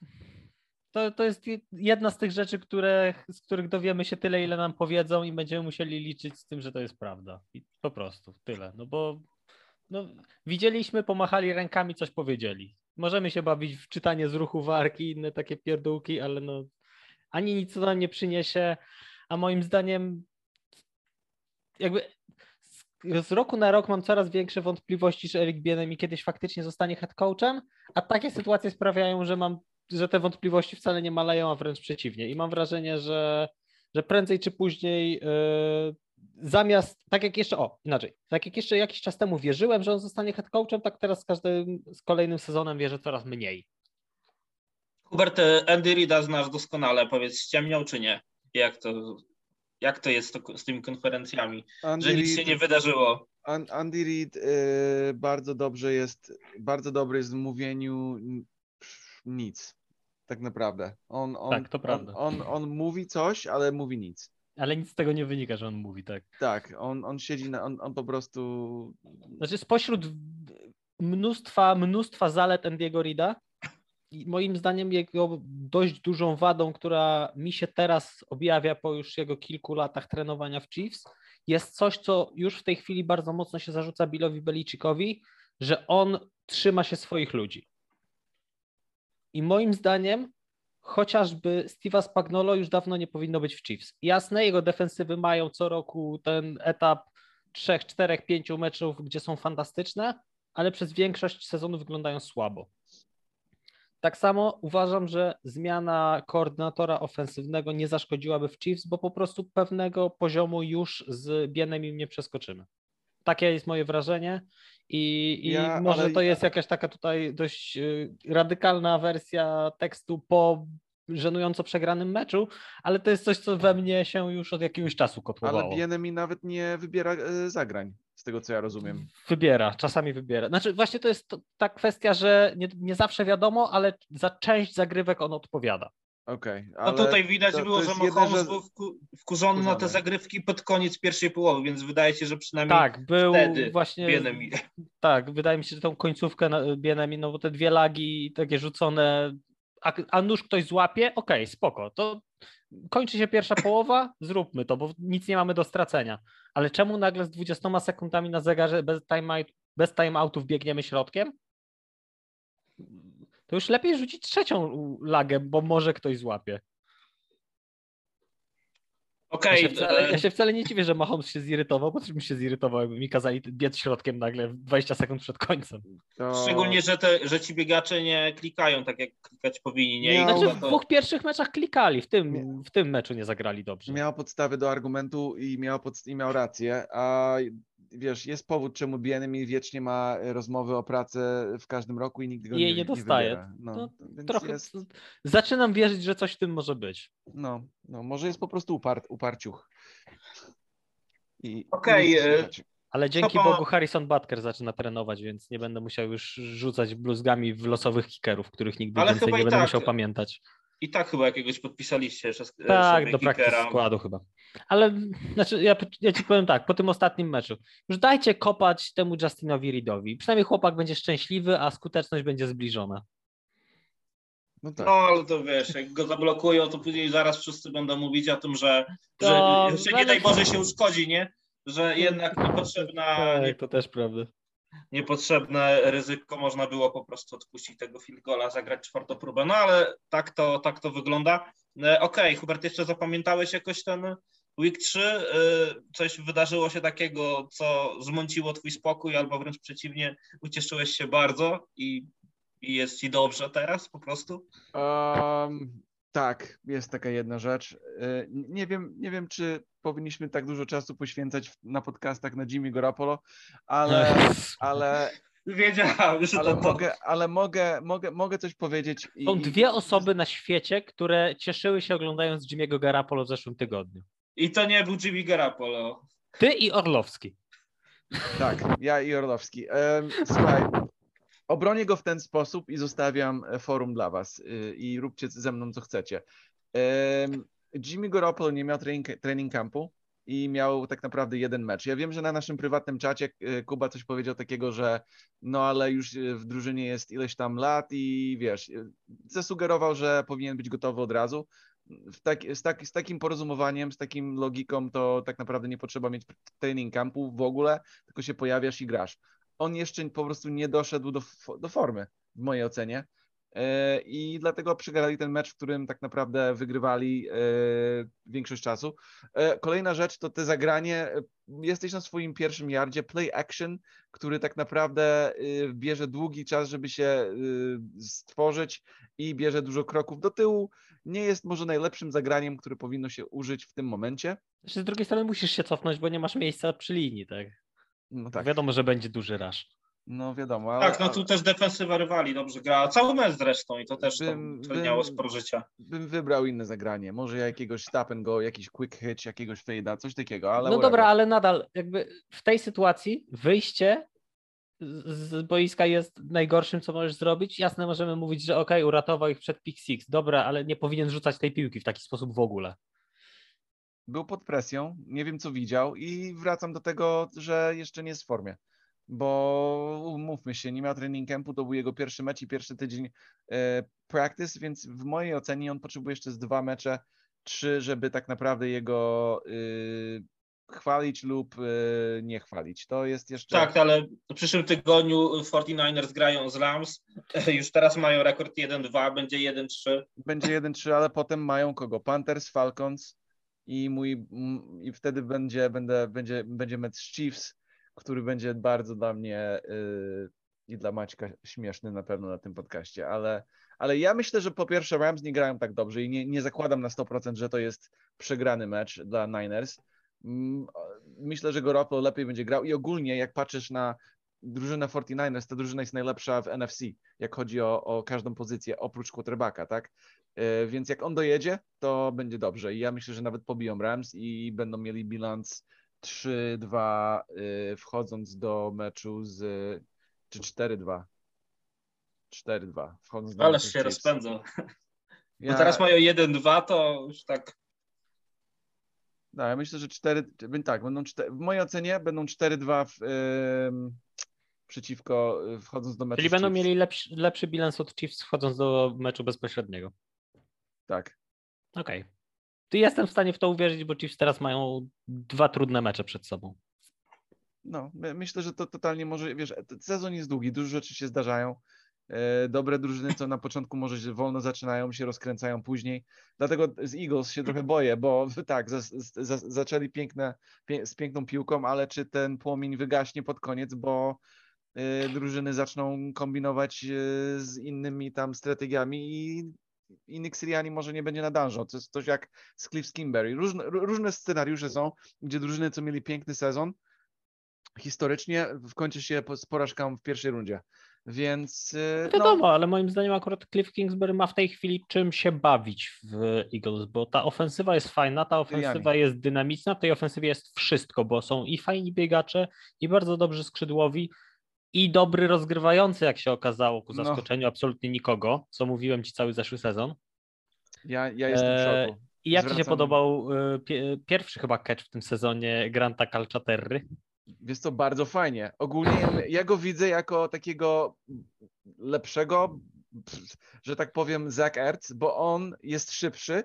to, to jest jedna z tych rzeczy, które, z których dowiemy się tyle, ile nam powiedzą i będziemy musieli liczyć z tym, że to jest prawda. I po prostu tyle, no bo no, widzieliśmy, pomachali rękami, coś powiedzieli. Możemy się bawić w czytanie z ruchu warki i inne takie pierdółki, ale no ani nic to nam nie przyniesie, a moim zdaniem jakby z, z roku na rok mam coraz większe wątpliwości, że Eric Bieniemy kiedyś faktycznie zostanie head coachem, a takie sytuacje sprawiają, że mam, że te wątpliwości wcale nie maleją, a wręcz przeciwnie. I mam wrażenie, że, że prędzej czy później yy, zamiast, tak jak jeszcze, o inaczej, tak jak jeszcze jakiś czas temu wierzyłem, że on zostanie head coachem, tak teraz z każdym, z kolejnym sezonem wierzę coraz mniej. Hubert, Andy Reida znasz doskonale, powiedz, ściemniał czy nie? Jak to, jak to jest to, z tymi konferencjami? Andy Że nic Reid- się nie wydarzyło. An- Andy Reid y, bardzo dobrze jest, bardzo dobry jest w mówieniu n- psz, nic, tak naprawdę. On, on, Tak, to on, prawda. on, on mówi coś, ale mówi nic. Ale nic z tego nie wynika, że on mówi tak. Tak, on, on siedzi na, on, on po prostu... Znaczy spośród mnóstwa, mnóstwa zalet Andy'ego Reida, i moim zdaniem jego dość dużą wadą, która mi się teraz objawia po już jego kilku latach trenowania w Chiefs, jest coś, co już w tej chwili bardzo mocno się zarzuca Billowi Belichickowi, że on trzyma się swoich ludzi. I moim zdaniem chociażby Steve'a Spagnuolo już dawno nie powinno być w Chiefs. Jasne, jego defensywy mają co roku ten etap trzech, czterech, pięciu meczów, gdzie są fantastyczne, ale przez większość sezonu wyglądają słabo. Tak samo uważam, że zmiana koordynatora ofensywnego nie zaszkodziłaby w Chiefs, bo po prostu pewnego poziomu już z Biennemim nie przeskoczymy. Takie jest moje wrażenie i, i Ja- może ale- to jest jakaś taka tutaj dość y, radykalna wersja tekstu po żenująco przegranym meczu, ale to jest coś, co we mnie się już od jakiegoś czasu kotłowało. Ale Bienemi nawet nie wybiera e, zagrań, z tego co ja rozumiem. Wybiera, czasami wybiera. Znaczy właśnie to jest to, ta kwestia, że nie, nie zawsze wiadomo, ale za część zagrywek on odpowiada. Okej, No ale tutaj widać to- było, to że jest jedna Mahomes rzecz- był wku, wkurzony na te wkurzony. zagrywki pod koniec pierwszej połowy, więc wydaje się, że przynajmniej Tak, był wtedy właśnie. Bienemi. Tak, wydaje mi się, że tą końcówkę na Bienemi, no bo te dwie lagi takie rzucone, a, a nóż ktoś złapie, okej, spoko, to kończy się pierwsza połowa, zróbmy to, bo nic nie mamy do stracenia. Ale czemu nagle z dwudziestoma sekundami na zegarze bez time, bez timeoutów biegniemy środkiem? To już lepiej rzucić trzecią lagę, bo może ktoś złapie. Ja Okej, się, wcale, e, ja się wcale nie dziwię, że Mahomes się zirytował, bo też bym się zirytował, jakby mi kazali biec środkiem nagle dwadzieścia sekund przed końcem. to... szczególnie, że, te, że ci biegacze nie klikają tak, jak klikać powinni. Nie? I Miał- Znaczy to- w dwóch pierwszych meczach klikali, w tym, Nie. w tym meczu nie zagrali dobrze. miał podstawy do argumentu i miał, pod, i miał rację, a wiesz, jest powód, czemu Bienemi wiecznie ma rozmowy o pracę w każdym roku i nigdy go I jej nie, nie dostaje. wybiera. No, To więc Trochę jest, zaczynam wierzyć, że coś w tym może być. no, no, może jest po prostu upar, uparciuch. I, Okej, i nie chce e, słuchać. Ale dzięki po- Bogu Harrison Butker zaczyna trenować, więc nie będę musiał już rzucać bluzgami w losowych kickerów, których nigdy Ale więcej chyba nie i będę tak. musiał pamiętać. I tak chyba jakiegoś podpisaliście jeszcze e, Tak, sobie do practice kickera. składu chyba. Ale znaczy, ja, ja ci powiem tak, po tym ostatnim meczu, już dajcie kopać temu Justinowi Reedowi. Przynajmniej chłopak będzie szczęśliwy, a skuteczność będzie zbliżona. No tak. No ale to wiesz, jak go zablokują, to później zaraz wszyscy będą mówić o tym, że, że, To- że nie ale- daj Boże się uszkodzi, nie? Że jednak niepotrzebna, nie, Tak, to też prawda. niepotrzebne ryzyko, można było po prostu odpuścić tego field goala, zagrać czwartą próbę, no ale tak to, tak to wygląda. E, Okej, okay, Hubert, jeszcze zapamiętałeś jakoś ten week trzy? E, Coś wydarzyło się takiego, co zmąciło twój spokój, albo wręcz przeciwnie, ucieszyłeś się bardzo i, i jest ci dobrze teraz po prostu? Um, tak, jest taka jedna rzecz. Y, Nie wiem, nie wiem, czy powinniśmy tak dużo czasu poświęcać w- na podcastach na Jimmy Garoppolo, ale, ale, Wiedziałem, że ale, to to. mogę, ale mogę, mogę, mogę coś powiedzieć. i- Są i- dwie osoby na świecie, które cieszyły się oglądając Jimmy'ego Garoppolo w zeszłym tygodniu. I to nie był Jimmy Garoppolo. Ty i Orlowski. Tak, ja i Orlowski. Em, Słuchaj, obronię go w ten sposób i zostawiam e, forum dla was y, i róbcie ze mną co chcecie. Em, Jimmy Garoppolo nie miał training, training campu i miał tak naprawdę jeden mecz. Ja wiem, że na naszym prywatnym czacie e, Kuba coś powiedział takiego, że no ale już e, w drużynie jest ileś tam lat i wiesz, e, zasugerował, że powinien być gotowy od razu. W tak, z, tak, z takim porozumowaniem, z takim logiką to tak naprawdę nie potrzeba mieć training campu w ogóle, tylko się pojawiasz i grasz. On jeszcze po prostu nie doszedł do, fo- do formy, w mojej ocenie. E, I dlatego przegrali ten mecz, w którym tak naprawdę wygrywali e, większość czasu. E, Kolejna rzecz to te zagranie. e, Jesteś na swoim pierwszym yardzie, play action, który tak naprawdę e, bierze długi czas, żeby się e, stworzyć i bierze dużo kroków do tyłu. Nie jest może najlepszym zagraniem, które powinno się użyć w tym momencie. Znaczy, z drugiej strony musisz się cofnąć, bo nie masz miejsca przy linii, tak? No tak. Wiadomo, że będzie duży rush. No wiadomo, ale... Tak, no tu też defensywa rywali dobrze gra. Cały mecz zresztą i to też Bym- to miało bym- sporo życia. Bym wybrał inne zagranie. Może jakiegoś stop and go, jakiś quick hitch, jakiegoś fade'a, coś takiego, ale No whatever. dobra, ale nadal jakby w tej sytuacji wyjście z z boiska jest najgorszym, co możesz zrobić. Jasne, możemy mówić, że okej, uratował ich przed pick six. Dobra, ale nie powinien rzucać tej piłki w taki sposób w ogóle. Był pod presją, nie wiem co widział i wracam do tego, że jeszcze nie jest w formie. Bo umówmy się, nie miał training campu, to był jego pierwszy mecz i pierwszy tydzień e, practice, więc w mojej ocenie on potrzebuje jeszcze z dwa mecze, trzy, żeby tak naprawdę jego y, chwalić lub y, nie chwalić. To jest jeszcze... Tak, ale w przyszłym tygodniu czterty-niners grają z Rams. Już teraz mają rekord jeden dwa, będzie jeden trzy. Będzie jeden trzy, ale potem mają kogo? Panthers, Falcons i mój m, i wtedy będzie, będę, będzie, będzie mecz z Chiefs, który będzie bardzo dla mnie yy, i dla Maćka śmieszny na pewno na tym podcaście, ale, ale ja myślę, że po pierwsze Rams nie grają tak dobrze i nie, nie zakładam na sto procent, że to jest przegrany mecz dla Niners. Mm, Myślę, że Garoppolo lepiej będzie grał i ogólnie jak patrzysz na drużynę czterty-niners, ta drużyna jest najlepsza w N F C, jak chodzi o, o każdą pozycję, oprócz quarterbacka, tak? Yy, Więc jak on dojedzie, to będzie dobrze. I ja myślę, że nawet pobiją Rams i będą mieli bilans trzy dwa yy, wchodząc do meczu z... czy cztery dwa. cztery dwa wchodząc do Ależ meczu z się Chiefs. rozpędzą. Ja, Bo teraz mają jeden dwa, to już tak. no, ja myślę, że cztery... Tak, będą cztery, w mojej ocenie będą cztery dwa w, yy, przeciwko, yy, wchodząc do meczu Czyli z będą Chiefs. mieli lepszy, lepszy bilans od Chiefs wchodząc do meczu bezpośredniego. Tak. Okej. Ty jestem w stanie w to uwierzyć, bo Chiefs teraz mają dwa trudne mecze przed sobą. No, my- myślę, że to totalnie może, wiesz, t- sezon jest długi, dużo rzeczy się zdarzają. E, Dobre drużyny, co na początku może się wolno zaczynają, się rozkręcają później. Dlatego z Eagles się trochę boję, bo tak, za, za, zaczęli piękne, pie, z piękną piłką, ale czy ten płomień wygaśnie pod koniec, bo e, drużyny zaczną kombinować e, z innymi tam strategiami i i Nick Sirianni może nie będzie nadążał. To jest coś jak z Cliff Kingsbury. Różne, różne scenariusze są, gdzie drużyny, co mieli piękny sezon, historycznie kończy się po- z porażką w pierwszej rundzie. Więc yy, Wiadomo, no, ale moim zdaniem akurat Cliff Kingsbury ma w tej chwili czym się bawić w Eagles, bo ta ofensywa jest fajna, ta ofensywa Sirianni. jest dynamiczna, w tej ofensywie jest wszystko, bo są i fajni biegacze, i bardzo dobrzy skrzydłowi, i dobry rozgrywający, jak się okazało, ku No. zaskoczeniu absolutnie nikogo, co mówiłem ci cały zeszły sezon. ja, ja jestem w Eee, szoku. I jak ci się Zwracam- podobał e, pie, pierwszy chyba catch w tym sezonie Granta Calcaterry? Jest to bardzo fajnie. Ogólnie ja go widzę jako takiego lepszego, że tak powiem, Zach Ertz, bo on jest szybszy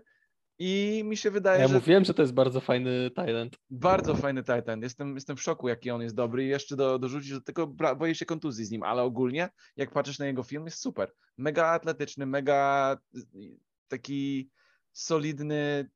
i mi się wydaje, Ja że mówiłem, że to jest bardzo fajny talent. bardzo fajny Titan. Jestem, jestem w szoku, jaki on jest dobry i jeszcze do, dorzucić do tego, bra- boję się kontuzji z nim, ale ogólnie, jak patrzysz na jego film, jest super. Mega atletyczny, mega taki solidny,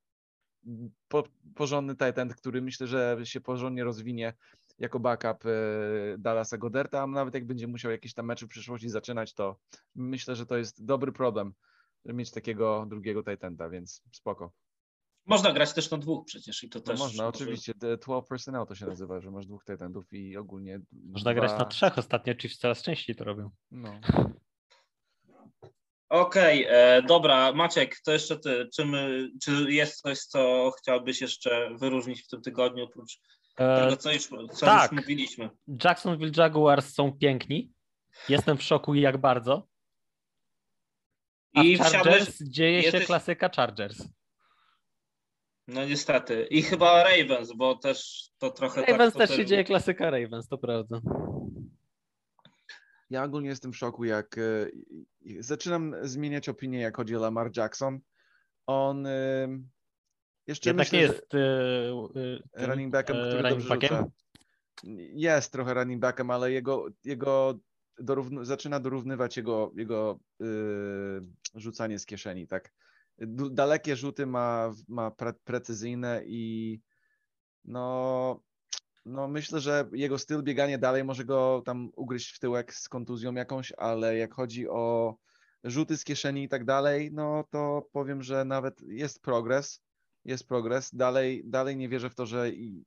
po, porządny Titan, który myślę, że się porządnie rozwinie jako backup e, Dallasa Goederta, a nawet jak będzie musiał jakieś tam mecze w przyszłości zaczynać, to myślę, że to jest dobry problem, żeby mieć takiego drugiego Titanta, więc spoko. Można grać też na dwóch przecież i to No też. można, może- oczywiście. The twelve personnel to się nazywa, że masz dwóch Titantów i ogólnie Można dwa... grać na trzech, ostatnio Chiefs coraz częściej to robią. No. Okej, e, dobra, Maciek, to jeszcze ty. Czy, my, czy jest coś, co chciałbyś jeszcze wyróżnić w tym tygodniu, oprócz E, tego, co już, co tak. już mówiliśmy? Jacksonville Jaguars są piękni. Jestem w szoku jak bardzo. A I w Chargers wsiadłeś- dzieje się jesteś- klasyka Chargers. No niestety. I chyba Ravens, bo też to trochę Ravens tak... to też się dzieje klasyka Ravens, to prawda. Ja ogólnie jestem w szoku, jak e, i- zaczynam zmieniać opinię, jak chodzi o Lamar Jackson. On e, jeszcze Jednak myślę, nie że jest e, e, tym, running backiem, e, który running dobrze backiem. rzuca. Jest trochę running backiem, ale jego, jego dorówny, zaczyna dorównywać jego, jego yy, rzucanie z kieszeni, tak. D- dalekie rzuty ma, ma pre, precyzyjne i no, no myślę, że jego styl biegania dalej może go tam ugryźć w tyłek z kontuzją jakąś, ale jak chodzi o rzuty z kieszeni i tak dalej, no to powiem, że nawet jest progres, jest progres. Dalej, dalej nie wierzę w to, że i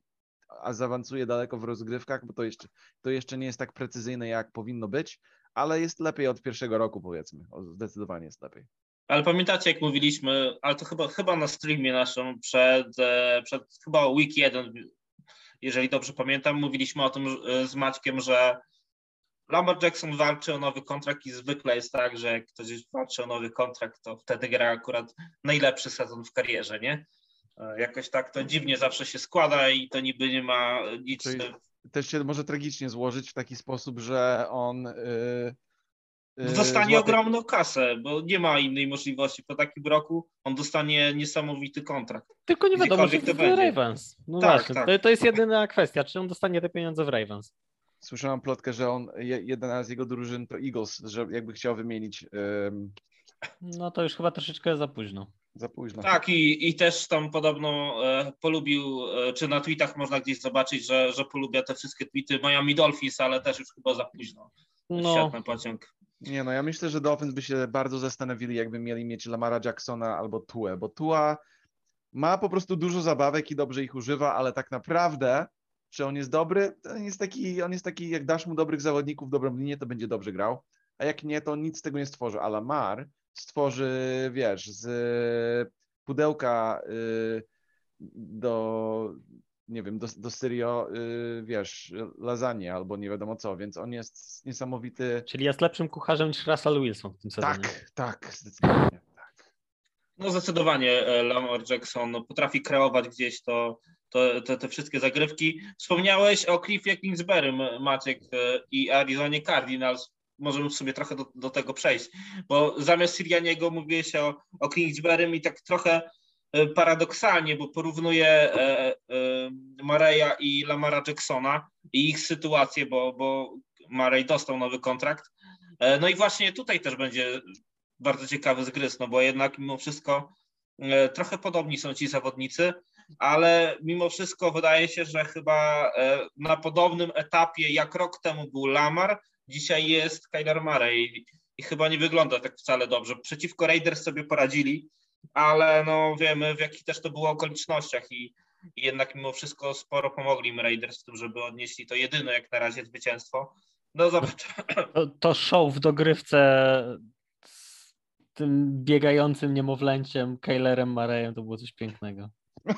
a zaawansuje daleko w rozgrywkach, bo to jeszcze, to jeszcze nie jest tak precyzyjne, jak powinno być, ale jest lepiej od pierwszego roku, powiedzmy. O, zdecydowanie jest lepiej. Ale pamiętacie, jak mówiliśmy, ale to chyba, chyba na streamie naszym przed, przed chyba week jeden, jeżeli dobrze pamiętam, mówiliśmy o tym z Maćkiem, że Lamar Jackson walczy o nowy kontrakt i zwykle jest tak, że jak ktoś walczy o nowy kontrakt, to wtedy gra akurat najlepszy sezon w karierze, nie? Jakoś tak to dziwnie zawsze się składa i to niby nie ma nic... Czyli też się może tragicznie złożyć w taki sposób, że on... Yy... Dostanie Złapie... ogromną kasę, bo nie ma innej możliwości. Po takim roku on dostanie niesamowity kontrakt. Tylko nie wiadomo, czy to w będzie. Ravens. No tak, właśnie, tak. To, to jest jedyna kwestia, czy on dostanie te pieniądze w Ravens. Słyszałam plotkę, że on, jedna z jego drużyn to Eagles, że jakby chciał wymienić... Ym... No to już chyba troszeczkę za późno. Za późno. Tak i, i też tam podobno e, polubił, e, czy na tweetach można gdzieś zobaczyć, że, że polubia te wszystkie tweety Miami Dolphins, ale też już chyba za późno. No. Siadł na pociąg. Nie no, ja myślę, że Dolphins by się bardzo zastanowili, jakby mieli mieć Lamara Jacksona albo Tuę, bo Tua ma po prostu dużo zabawek i dobrze ich używa, ale tak naprawdę, czy on jest dobry? To on jest taki, on jest taki, jak dasz mu dobrych zawodników, dobrą linię, to będzie dobrze grał, a jak nie, to nic z tego nie stworzy, a Lamar stworzy, wiesz, z pudełka yy, do, nie wiem, do, do Syrio, yy, wiesz, lasagne albo nie wiadomo co, więc on jest niesamowity. Czyli jest lepszym kucharzem niż Russell Wilson w tym sezonie. Tak, tak, zdecydowanie. Tak. No zdecydowanie Lamar Jackson potrafi kreować gdzieś to, to, te, te wszystkie zagrywki. Wspomniałeś o Cliffie Kingsbury, Maciek, i Arizonie Cardinals. Możemy sobie trochę do, do tego przejść, bo zamiast Sirianiego mówiłeś o, o Kingsburym i tak trochę paradoksalnie, bo porównuję e, e, Mareya i Lamara Jacksona i ich sytuację, bo, bo Marey dostał nowy kontrakt. E, no i właśnie tutaj też będzie bardzo ciekawy zgryz, no bo jednak mimo wszystko e, trochę podobni są ci zawodnicy, ale mimo wszystko wydaje się, że chyba e, na podobnym etapie jak rok temu był Lamar, dzisiaj jest Kyler Murray i chyba nie wygląda tak wcale dobrze. Przeciwko Raiders sobie poradzili, ale no wiemy, w jakich też to było okolicznościach i, i jednak mimo wszystko sporo pomogli im Raiders w tym, żeby odnieśli to jedyne jak na razie zwycięstwo. No zobacz. To, to show w dogrywce z tym biegającym niemowlęciem Kylerem Murrayem to było coś pięknego.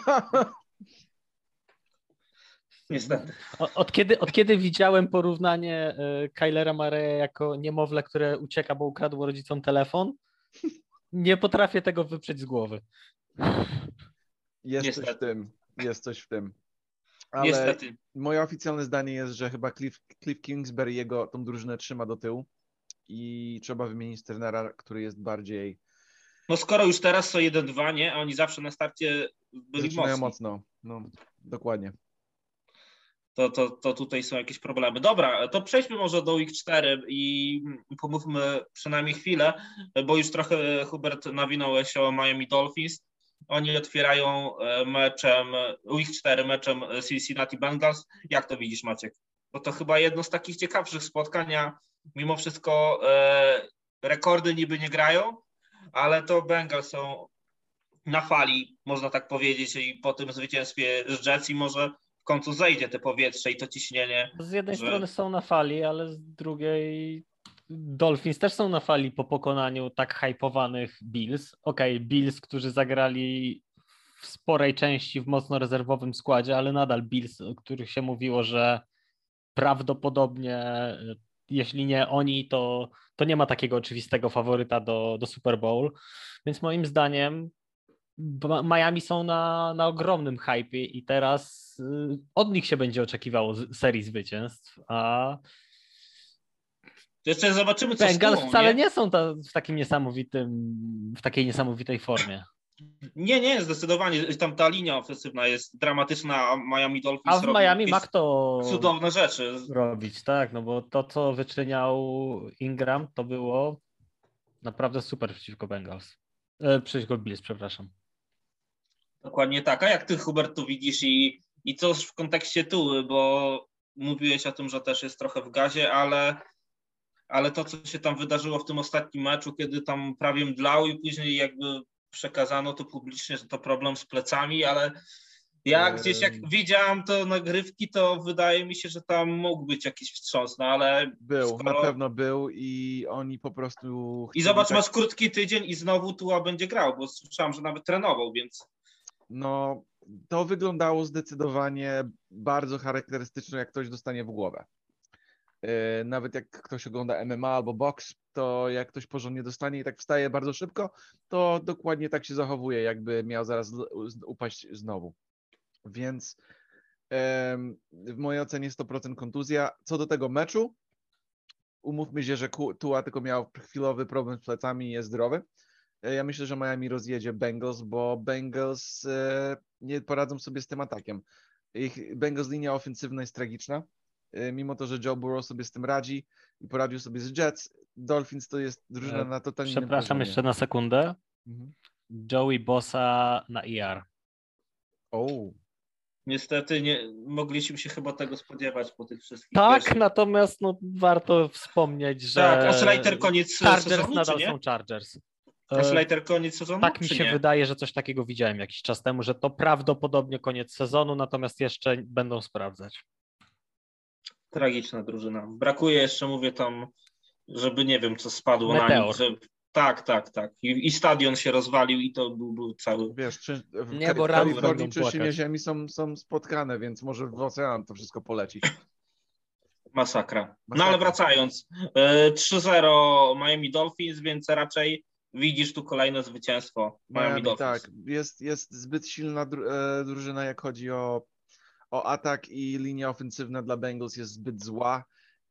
Niestety. Od kiedy, od kiedy widziałem porównanie Kylera Murraya jako niemowlę, które ucieka, bo ukradło rodzicom telefon, nie potrafię tego wyprzeć z głowy. Jest Niestety. coś w tym, jest coś w tym. Ale Niestety. moje oficjalne zdanie jest, że chyba Cliff, Cliff Kingsbury jego tą drużynę trzyma do tyłu i trzeba wymienić trenera, który jest bardziej... No skoro już teraz są jeden dwa, nie? A oni zawsze na starcie byli Zaczynają mocni. mocno. No, dokładnie. To, to, to tutaj są jakieś problemy. Dobra, to przejdźmy może do week cztery i pomówmy przynajmniej chwilę, bo już trochę, Hubert, nawinąłeś o Miami Dolphins. Oni otwierają meczem, week cztery meczem Cincinnati Bengals. Jak to widzisz, Maciek? Bo to chyba jedno z takich ciekawszych spotkań, a mimo wszystko e, rekordy niby nie grają, ale to Bengals są na fali, można tak powiedzieć, i po tym zwycięstwie z Jets i może w końcu zejdzie te powietrze i to ciśnienie. Z jednej że... strony są na fali, ale z drugiej Dolphins też są na fali po pokonaniu tak hypowanych Bills. Okej, okay, Bills, którzy zagrali w sporej części w mocno rezerwowym składzie, ale nadal Bills, o których się mówiło, że prawdopodobnie jeśli nie oni, to, to nie ma takiego oczywistego faworyta do, do Super Bowl. Więc moim zdaniem Miami są na, na ogromnym hypie i teraz od nich się będzie oczekiwało serii zwycięstw, a jeszcze zobaczymy, co Bengals z tyłu, wcale nie? nie są ta, w takim niesamowitym, w takiej niesamowitej formie. Nie, nie, zdecydowanie. Tam ta linia ofensywna jest dramatyczna, a Miami Dolphins A w Miami ma kto cudowne rzeczy robić, tak, no bo to, co wyczyniał Ingram, to było naprawdę super przeciwko Bengals. E, przeciwko Bills, przepraszam. Dokładnie tak. A jak ty, Hubert, to widzisz i, i co w kontekście Tuły, bo mówiłeś o tym, że też jest trochę w gazie, ale, ale to, co się tam wydarzyło w tym ostatnim meczu, kiedy tam prawie mdlał i później jakby przekazano to publicznie, że to problem z plecami, ale Ja gdzieś jak Em, widziałem to nagrywki, to wydaje mi się, że tam mógł być jakiś wstrząs, no ale Był, skoro... na pewno był i oni po prostu I chcieli zobacz, tak, masz krótki tydzień i znowu Tua będzie grał, bo słyszałem, że nawet trenował, więc no to wyglądało zdecydowanie bardzo charakterystycznie, jak ktoś dostanie w głowę. Yy, Nawet jak ktoś ogląda M M A albo boks, to jak ktoś porządnie dostanie i tak wstaje bardzo szybko, to dokładnie tak się zachowuje, jakby miał zaraz l- z- upaść znowu. Więc em, w mojej ocenie sto procent kontuzja. Co do tego meczu, umówmy się, że Ku- Tua tylko miał chwilowy problem z plecami i jest zdrowy. E, Ja myślę, że Miami rozjedzie Bengals, bo Bengals e, nie poradzą sobie z tym atakiem. Ich Bengals linia ofensywna jest tragiczna. E, Mimo to, że Joe Burrow sobie z tym radzi i poradził sobie z Jets, Dolphins to jest drużyna E, na totalnie innym Przepraszam poziomie. jeszcze na sekundę. Mhm. Joey Bosa na I R. O, niestety nie mogliśmy się chyba tego spodziewać po tych wszystkich. Tak, wiesz, natomiast no, warto wspomnieć, że tak, a Slater koniec Chargers sezonu, czy nadal nie? są Chargers. A E, Slater koniec sezonu, Tak mi czy się nie? wydaje, że coś takiego widziałem jakiś czas temu, że to prawdopodobnie koniec sezonu, natomiast jeszcze będą sprawdzać. Tragiczna drużyna. Brakuje jeszcze, mówię tam, żeby nie wiem, co spadło na Meteor. nich. Że... Tak, tak, tak. I, I stadion się rozwalił i to był, był cały... wiesz, czy, w, Nie, Ka- bo w Ramsy Kalifornii będą trzęsienie płakać. ziemi są, są spotkane, więc może w ocean to wszystko poleci. Masakra. No Masakra. ale wracając, e, trzy zero Miami Dolphins, więc raczej widzisz tu kolejne zwycięstwo Miami, Miami, Dolphins. tak. Jest, jest zbyt silna dru- e, drużyna, jak chodzi o, o atak i linia ofensywna dla Bengals jest zbyt zła.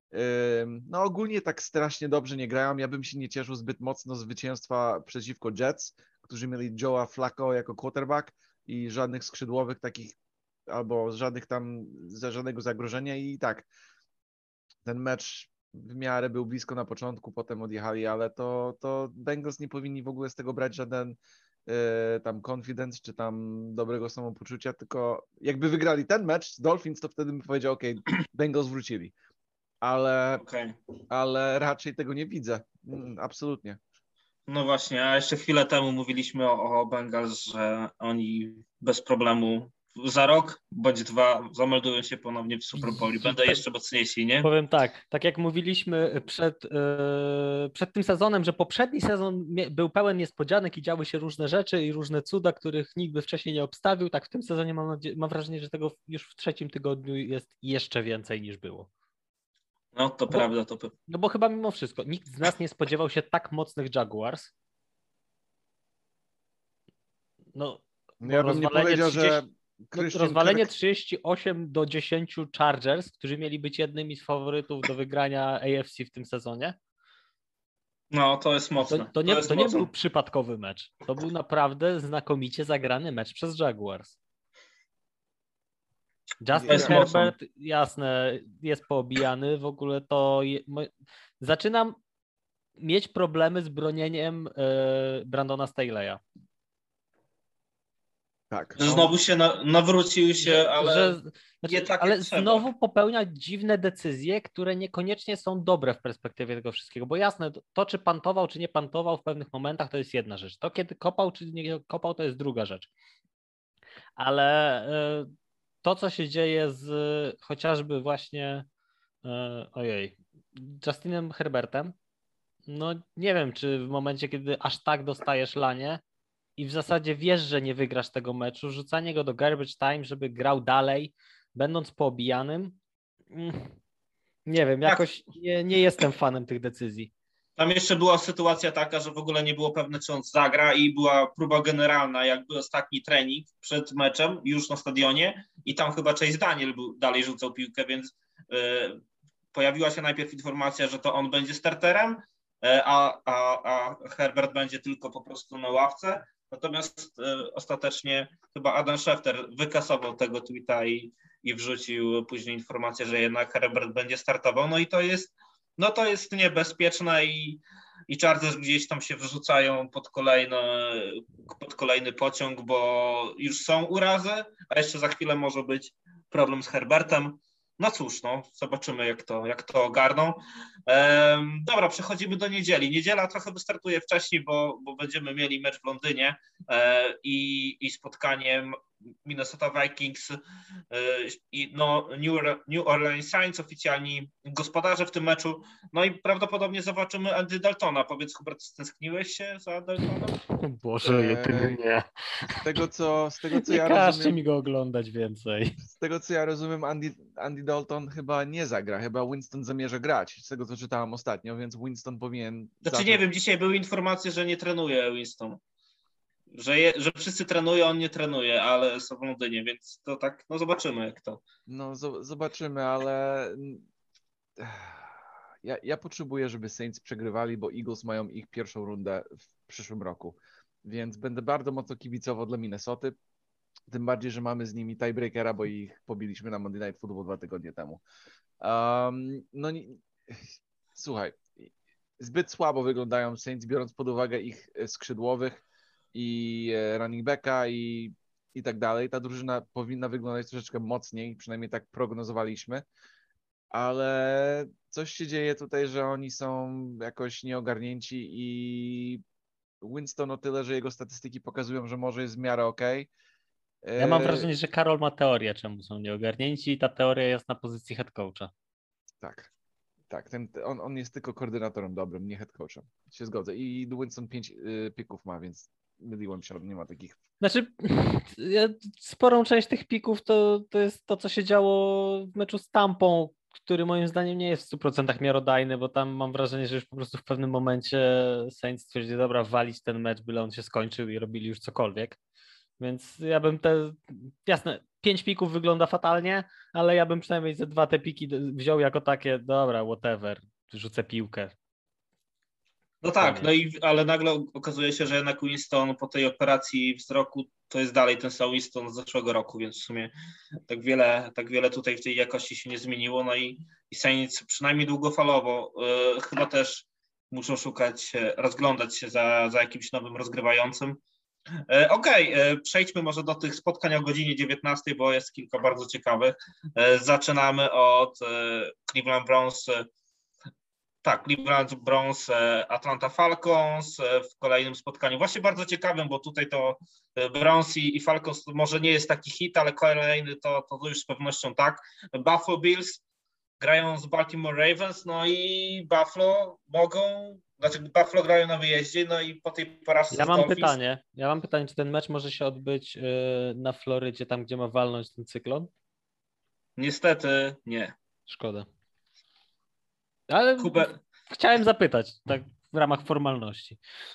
Ym, No ogólnie tak strasznie dobrze nie grają. Ja bym się nie cieszył zbyt mocno z zwycięstwa przeciwko Jets, którzy mieli Joe'a Flacco jako quarterback i żadnych skrzydłowych takich, albo żadnych tam, za żadnego zagrożenia i tak. Ten mecz w miarę był blisko na początku, potem odjechali, ale to, to Bengals nie powinni w ogóle z tego brać żaden e, tam confidence, czy tam dobrego samopoczucia, tylko jakby wygrali ten mecz z Dolphins, to wtedy bym powiedział, ok, Bengals wrócili. Ale, Okej. ale raczej tego nie widzę. Mm, absolutnie. No właśnie, a jeszcze chwilę temu mówiliśmy o, o Bengals, że oni bez problemu za rok bądź dwa zameldują się ponownie w Super Bowl i będą jeszcze mocniejsi, nie? Powiem tak, tak jak mówiliśmy przed, yy, przed tym sezonem, że poprzedni sezon mie- był pełen niespodzianek i działy się różne rzeczy i różne cuda, których nikt by wcześniej nie obstawił, tak w tym sezonie mam, nadzie- mam wrażenie, że tego już w trzecim tygodniu jest jeszcze więcej niż było. No to Bo- prawda, to pe- No bo chyba mimo wszystko nikt z nas nie spodziewał się tak mocnych Jaguars. No, No ja bym nie rozwalenie powiedział, że trzydzieści no, Christian rozwalenie Kirk- trzydzieści osiem do dziesięciu Chargers, którzy mieli być jednymi z faworytów do wygrania A F C w tym sezonie. no to jest To, mocne. to nie, jest to nie mocne. był przypadkowy mecz. To był naprawdę znakomicie zagrany mecz przez Jaguars. Justin jest Herbert, jasne, jest poobijany. W ogóle to je, mo, zaczynam mieć problemy z bronieniem e, Brandona Staley'a. Tak. Że znowu się na, nawrócił się, ale Że, znaczy, nie tak, jak ale trzeba. znowu popełnia dziwne decyzje, które niekoniecznie są dobre w perspektywie tego wszystkiego, bo jasne, to czy pantował, czy nie pantował w pewnych momentach to jest jedna rzecz. To kiedy kopał, czy nie kopał, to jest druga rzecz. Ale e, to, co się dzieje z chociażby właśnie e, ojej, Justinem Herbertem, no nie wiem, czy w momencie, kiedy aż tak dostajesz lanie i w zasadzie wiesz, że nie wygrasz tego meczu, rzucanie go do garbage time, żeby grał dalej, będąc poobijanym, mm, nie wiem, Tak. jakoś nie, nie jestem fanem tych decyzji. Tam jeszcze była sytuacja taka, że w ogóle nie było pewne, czy on zagra i była próba generalna, jakby ostatni trening przed meczem już na stadionie i tam chyba Chase Daniel był, dalej rzucał piłkę, więc y, pojawiła się najpierw informacja, że to on będzie starterem, y, a, a, a Herbert będzie tylko po prostu na ławce, natomiast y, ostatecznie chyba Adam Schefter wykasował tego tweeta i, i wrzucił później informację, że jednak Herbert będzie startował, no i to jest No to jest niebezpieczne i, i Chargers gdzieś tam się wrzucają pod, kolejne, pod kolejny pociąg, bo już są urazy, a jeszcze za chwilę może być problem z Herbertem. No cóż, no, zobaczymy jak to, jak to ogarną. Ehm, dobra, przechodzimy do niedzieli. Niedziela trochę wystartuje wcześniej, bo, bo będziemy mieli mecz w Londynie e, i, i spotkanie Minnesota Vikings e, i no, New, New Orleans Saints, oficjalni gospodarze w tym meczu. No i prawdopodobnie zobaczymy Andy Daltona. Powiedz, Hubert, stęskniłeś się za Daltonem? Boże, jedyny nie. Z tego co, z tego, co Nie ja każcie rozumiem, mi go oglądać więcej. z tego co ja rozumiem, Andy, Andy Dalton chyba nie zagra, chyba Winston zamierza grać, z tego co czytałem ostatnio, więc Winston powinien... Znaczy zacząć- nie wiem, dzisiaj były informacje, że nie trenuje Winston. Że, je, że wszyscy trenują, on nie trenuje, ale są w Londynie, więc to tak, no zobaczymy jak to. No zo- zobaczymy, ale ja, ja potrzebuję, żeby Saints przegrywali, bo Eagles mają ich pierwszą rundę w przyszłym roku, więc będę bardzo mocno kibicował dla Minnesoty, tym bardziej, że mamy z nimi tiebreakera, bo ich pobiliśmy na Monday Night Football dwa tygodnie temu. Um, no nie, słuchaj, zbyt słabo wyglądają Saints, biorąc pod uwagę ich skrzydłowych i running backa i, i tak dalej. Ta drużyna powinna wyglądać troszeczkę mocniej, przynajmniej tak prognozowaliśmy, ale coś się dzieje tutaj, że oni są jakoś nieogarnięci i Winston o tyle, że jego statystyki pokazują, że może jest w miarę okej. Ja mam wrażenie, że Karol ma teorię, czemu są nieogarnięci i ta teoria jest na pozycji head coacha. Tak, tak. Ten, on, on jest tylko koordynatorem dobrym, nie head coachem. Się zgodzę. I Winston pięć y, pików ma, więc myliłem się, nie ma takich. Znaczy, ja, sporą część tych pików to, to jest to, co się działo w meczu z Tampą, który moim zdaniem nie jest w stu procentach miarodajny, bo tam mam wrażenie, że już po prostu w pewnym momencie Saints stwierdzili, dobra, walić ten mecz, byle on się skończył i robili już cokolwiek. Więc ja bym te, jasne, pięć pików wygląda fatalnie, ale ja bym przynajmniej ze dwa te piki wziął jako takie, dobra, whatever, rzucę piłkę. No tak, no i ale nagle okazuje się, że jednak Winston po tej operacji wzroku to jest dalej ten sam Winston z zeszłego roku, więc w sumie tak wiele, tak wiele tutaj w tej jakości się nie zmieniło, no i, i Saints przynajmniej długofalowo yy, chyba też muszą szukać, rozglądać się za, za jakimś nowym rozgrywającym. Okej, okay, przejdźmy może do tych spotkań o godzinie dziewiętnastej, bo jest kilka bardzo ciekawych. Zaczynamy od Cleveland Browns, tak, Cleveland Browns, Atlanta Falcons w kolejnym spotkaniu. Właśnie bardzo ciekawym, bo tutaj to Browns i Falcons może nie jest taki hit, ale kolejny to, to już z pewnością tak. Buffalo Bills grają z Baltimore Ravens, no i Buffalo mogą, znaczy Buffalo grają na wyjeździe, no i po tej porażce Ja z mam Dolphins... pytanie, ja mam pytanie, czy ten mecz może się odbyć yy, na Florydzie, tam gdzie ma walnąć ten cyklon? Niestety nie. Szkoda. Ale Hubert... chciałem zapytać, tak w ramach formalności.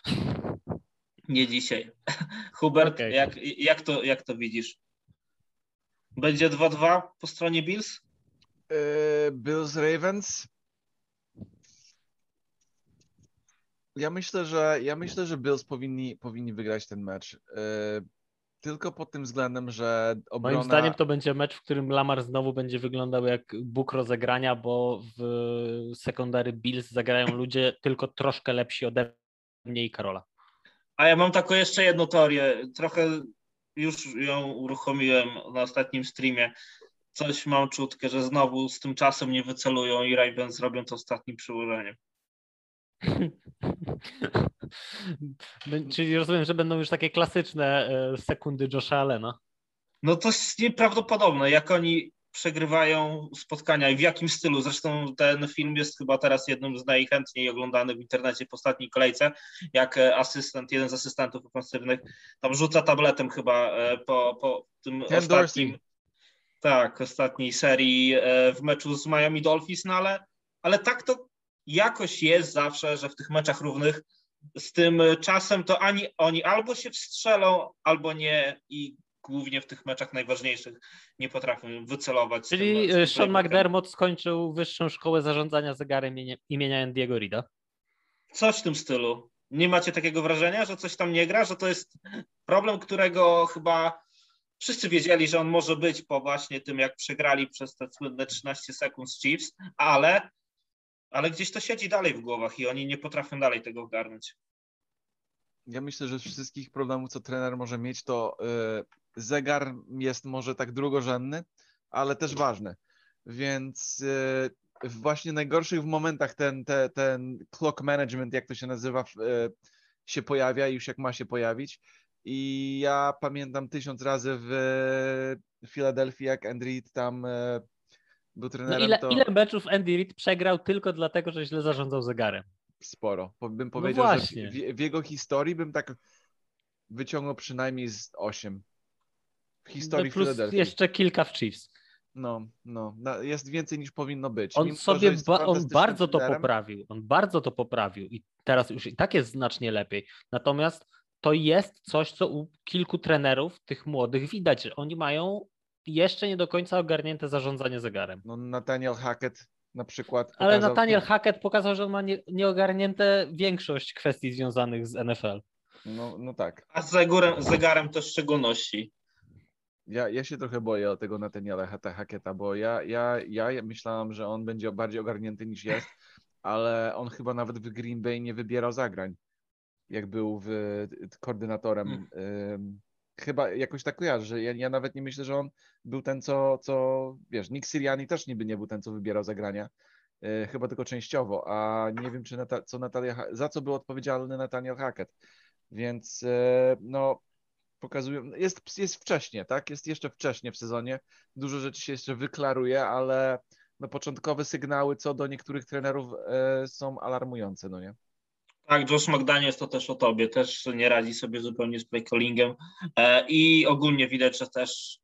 Nie dzisiaj. Hubert, Okay. jak, jak, to, jak to widzisz? Będzie dwa dwa po stronie Bills? Yy, Bills Ravens. Ja myślę, że ja myślę, że Bills powinni, powinni wygrać ten mecz. Yy, tylko pod tym względem, że obrona... Moim zdaniem to będzie mecz, w którym Lamar znowu będzie wyglądał jak Bóg rozegrania, bo w secondary Bills zagrają ludzie tylko troszkę lepsi ode mnie i Karola. A ja mam taką jeszcze jedną teorię. Trochę już ją uruchomiłem na ostatnim streamie. Coś mam czutkę, że znowu z tym czasem nie wycelują i Ravens zrobią to ostatnim przyłożeniem. Czyli rozumiem, że będą już takie klasyczne sekundy Josha Allena. No to jest nieprawdopodobne, jak oni przegrywają spotkania i w jakim stylu. Zresztą ten film jest chyba teraz jednym z najchętniej oglądanych w internecie po ostatniej kolejce, jak asystent, jeden z asystentów ofensywnych tam rzuca tabletem chyba po, po tym Ken ostatnim... Dorsey. Tak, ostatniej serii w meczu z Miami Dolphins, no ale, ale tak to jakoś jest zawsze, że w tych meczach równych z tym czasem to ani oni albo się wstrzelą, albo nie i głównie w tych meczach najważniejszych nie potrafią wycelować. Czyli z tym, z Sean tym McDermott skończył wyższą szkołę zarządzania zegarem imienia Andy'ego Reida. Coś w tym stylu. Nie macie takiego wrażenia, że coś tam nie gra, że to jest problem, którego chyba wszyscy wiedzieli, że on może być po właśnie tym, jak przegrali przez te słynne trzynaście sekund z Chiefs, ale, ale gdzieś to siedzi dalej w głowach i oni nie potrafią dalej tego ogarnąć. Ja myślę, że z wszystkich problemów, co trener może mieć, to yy, zegar jest może tak drugorzędny, ale też ważny. więc y, właśnie w najgorszych momentach ten, ten, ten clock management, jak to się nazywa, y, się pojawia i już jak ma się pojawić. I ja pamiętam tysiąc razy w Filadelfii, jak Andy Reid tam y, był No trenerem, ile, to ile meczów Andy Reid przegrał tylko dlatego, że źle zarządzał zegarem? sporo. Po- Bym No powiedział, że w, właśnie. w, w jego historii bym tak wyciągnął przynajmniej z osiem. W historii Plus Filadelfii. jeszcze kilka w Chiefs. No, no, na- jest więcej niż powinno być. On Mimo to, sobie, że jest ba- on fantastycznym bardzo to trenerem, poprawił. On bardzo to poprawił i teraz już i tak jest znacznie lepiej. Natomiast to jest coś, co u kilku trenerów, tych młodych, widać, że oni mają jeszcze nie do końca ogarnięte zarządzanie zegarem. No, Nathaniel Hackett na przykład Ale pokazał Nathaniel to- Hackett pokazał, że on ma nie, nieogarnięte większość kwestii związanych z N F L. No, no tak. A z zegarem, zegarem to w szczególności. Ja, ja się trochę boję o tego Nathaniela Hacketta, bo ja, ja, ja myślałem, że on będzie bardziej ogarnięty niż jest, ale on chyba nawet w Green Bay nie wybierał zagrań, jak był w, koordynatorem. Ym, chyba jakoś tak kojarzę, że ja, ja nawet nie myślę, że on był ten, co, co wiesz, Nick Sirianni też niby nie był ten, co wybierał zagrania, yy, chyba tylko częściowo, a nie wiem, czy Nata, co Natalia, za co był odpowiedzialny Nathaniel Hackett, więc yy, no pokazują, jest, jest wcześnie, tak? Jest jeszcze wcześnie w sezonie. Dużo rzeczy się jeszcze wyklaruje, ale no, początkowe sygnały co do niektórych trenerów e, są alarmujące, no nie? Tak, Josh McDaniels to też o tobie, też nie radzi sobie zupełnie z play callingiem e, i ogólnie widać, że też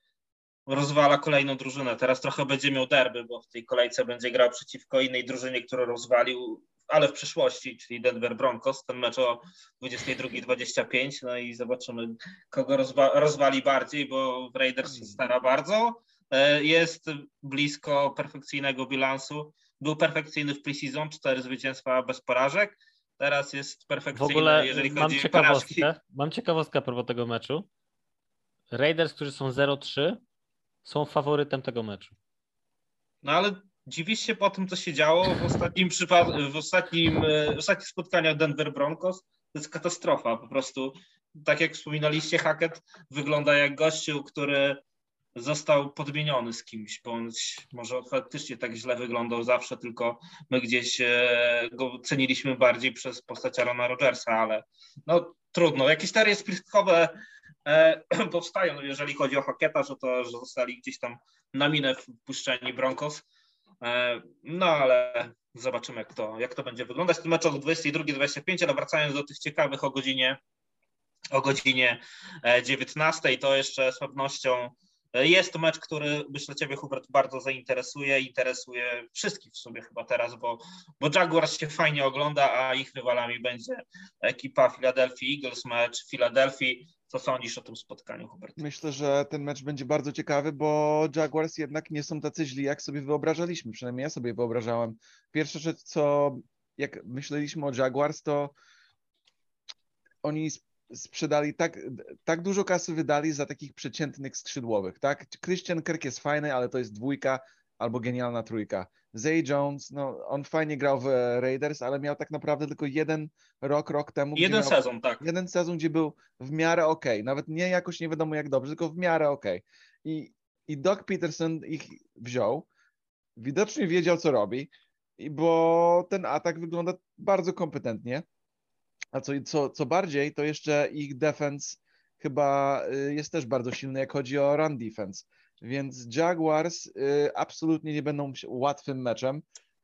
rozwala kolejną drużynę. Teraz trochę będzie miał derby, bo w tej kolejce będzie grał przeciwko innej drużynie, którą rozwalił, ale w przyszłości, czyli Denver Broncos, ten mecz o dwudziestej drugiej dwadzieścia pięć, no i zobaczymy, kogo rozwa- rozwali bardziej, bo Raiders się stara bardzo, e, jest blisko perfekcyjnego bilansu, był perfekcyjny w preseason, cztery zwycięstwa bez porażek, teraz jest W perfekcyjny, ogóle jeżeli mam chodzi o porażki. ciekawostkę, mam ciekawostkę a propos tego meczu. Raiders, którzy są zero trzy, są faworytem tego meczu. No ale dziwisz się po tym, co się działo w ostatnim przypad- w ostatnim, e, w ostatnich spotkaniach Denver Broncos. To jest katastrofa po prostu. Tak jak wspominaliście, Hackett wygląda jak gościu, który został podmieniony z kimś, bądź może faktycznie tak źle wyglądał zawsze, tylko my gdzieś e, go ceniliśmy bardziej przez postać Aarona Rodgersa, ale no trudno. Jakieś teorie spiskowe e, powstają, jeżeli chodzi o Hacketta, że to, że zostali gdzieś tam na minę wpuszczeni Broncos. E, no ale zobaczymy, jak to, jak to będzie wyglądać. Ten mecz o dwudziestej drugiej dwadzieścia pięć, ale wracając do tych ciekawych o godzinie o godzinie dziewiętnastej, to jeszcze z pewnością jest to mecz, który myślę Ciebie, Hubert, bardzo zainteresuje, interesuje wszystkich w sumie chyba teraz, bo, bo Jaguars się fajnie ogląda, a ich rywalami będzie ekipa Philadelphia Eagles, mecz w Filadelfii. Co sądzisz o tym spotkaniu, Hubert? Myślę, że ten mecz będzie bardzo ciekawy, bo Jaguars jednak nie są tacy źli, jak sobie wyobrażaliśmy. Przynajmniej ja sobie wyobrażałem. Pierwsza rzecz, co jak myśleliśmy o Jaguars, to oni sprzedali tak, tak dużo kasy wydali za takich przeciętnych skrzydłowych, tak? Christian Kirk jest fajny, ale to jest dwójka albo genialna trójka. Zay Jones, no on fajnie grał w Raiders, ale miał tak naprawdę tylko jeden rok, rok temu. Jeden miał, sezon, tak. Jeden sezon, gdzie był w miarę okej. Okay. Nawet nie jakoś nie wiadomo jak dobrze, tylko w miarę okej. Okay. I, I Doug Peterson ich wziął, widocznie wiedział co robi, bo ten atak wygląda bardzo kompetentnie. A co, co, co bardziej, to jeszcze ich defense chyba jest też bardzo silny, jak chodzi o run defense. Więc Jaguars absolutnie nie będą łatwym meczem.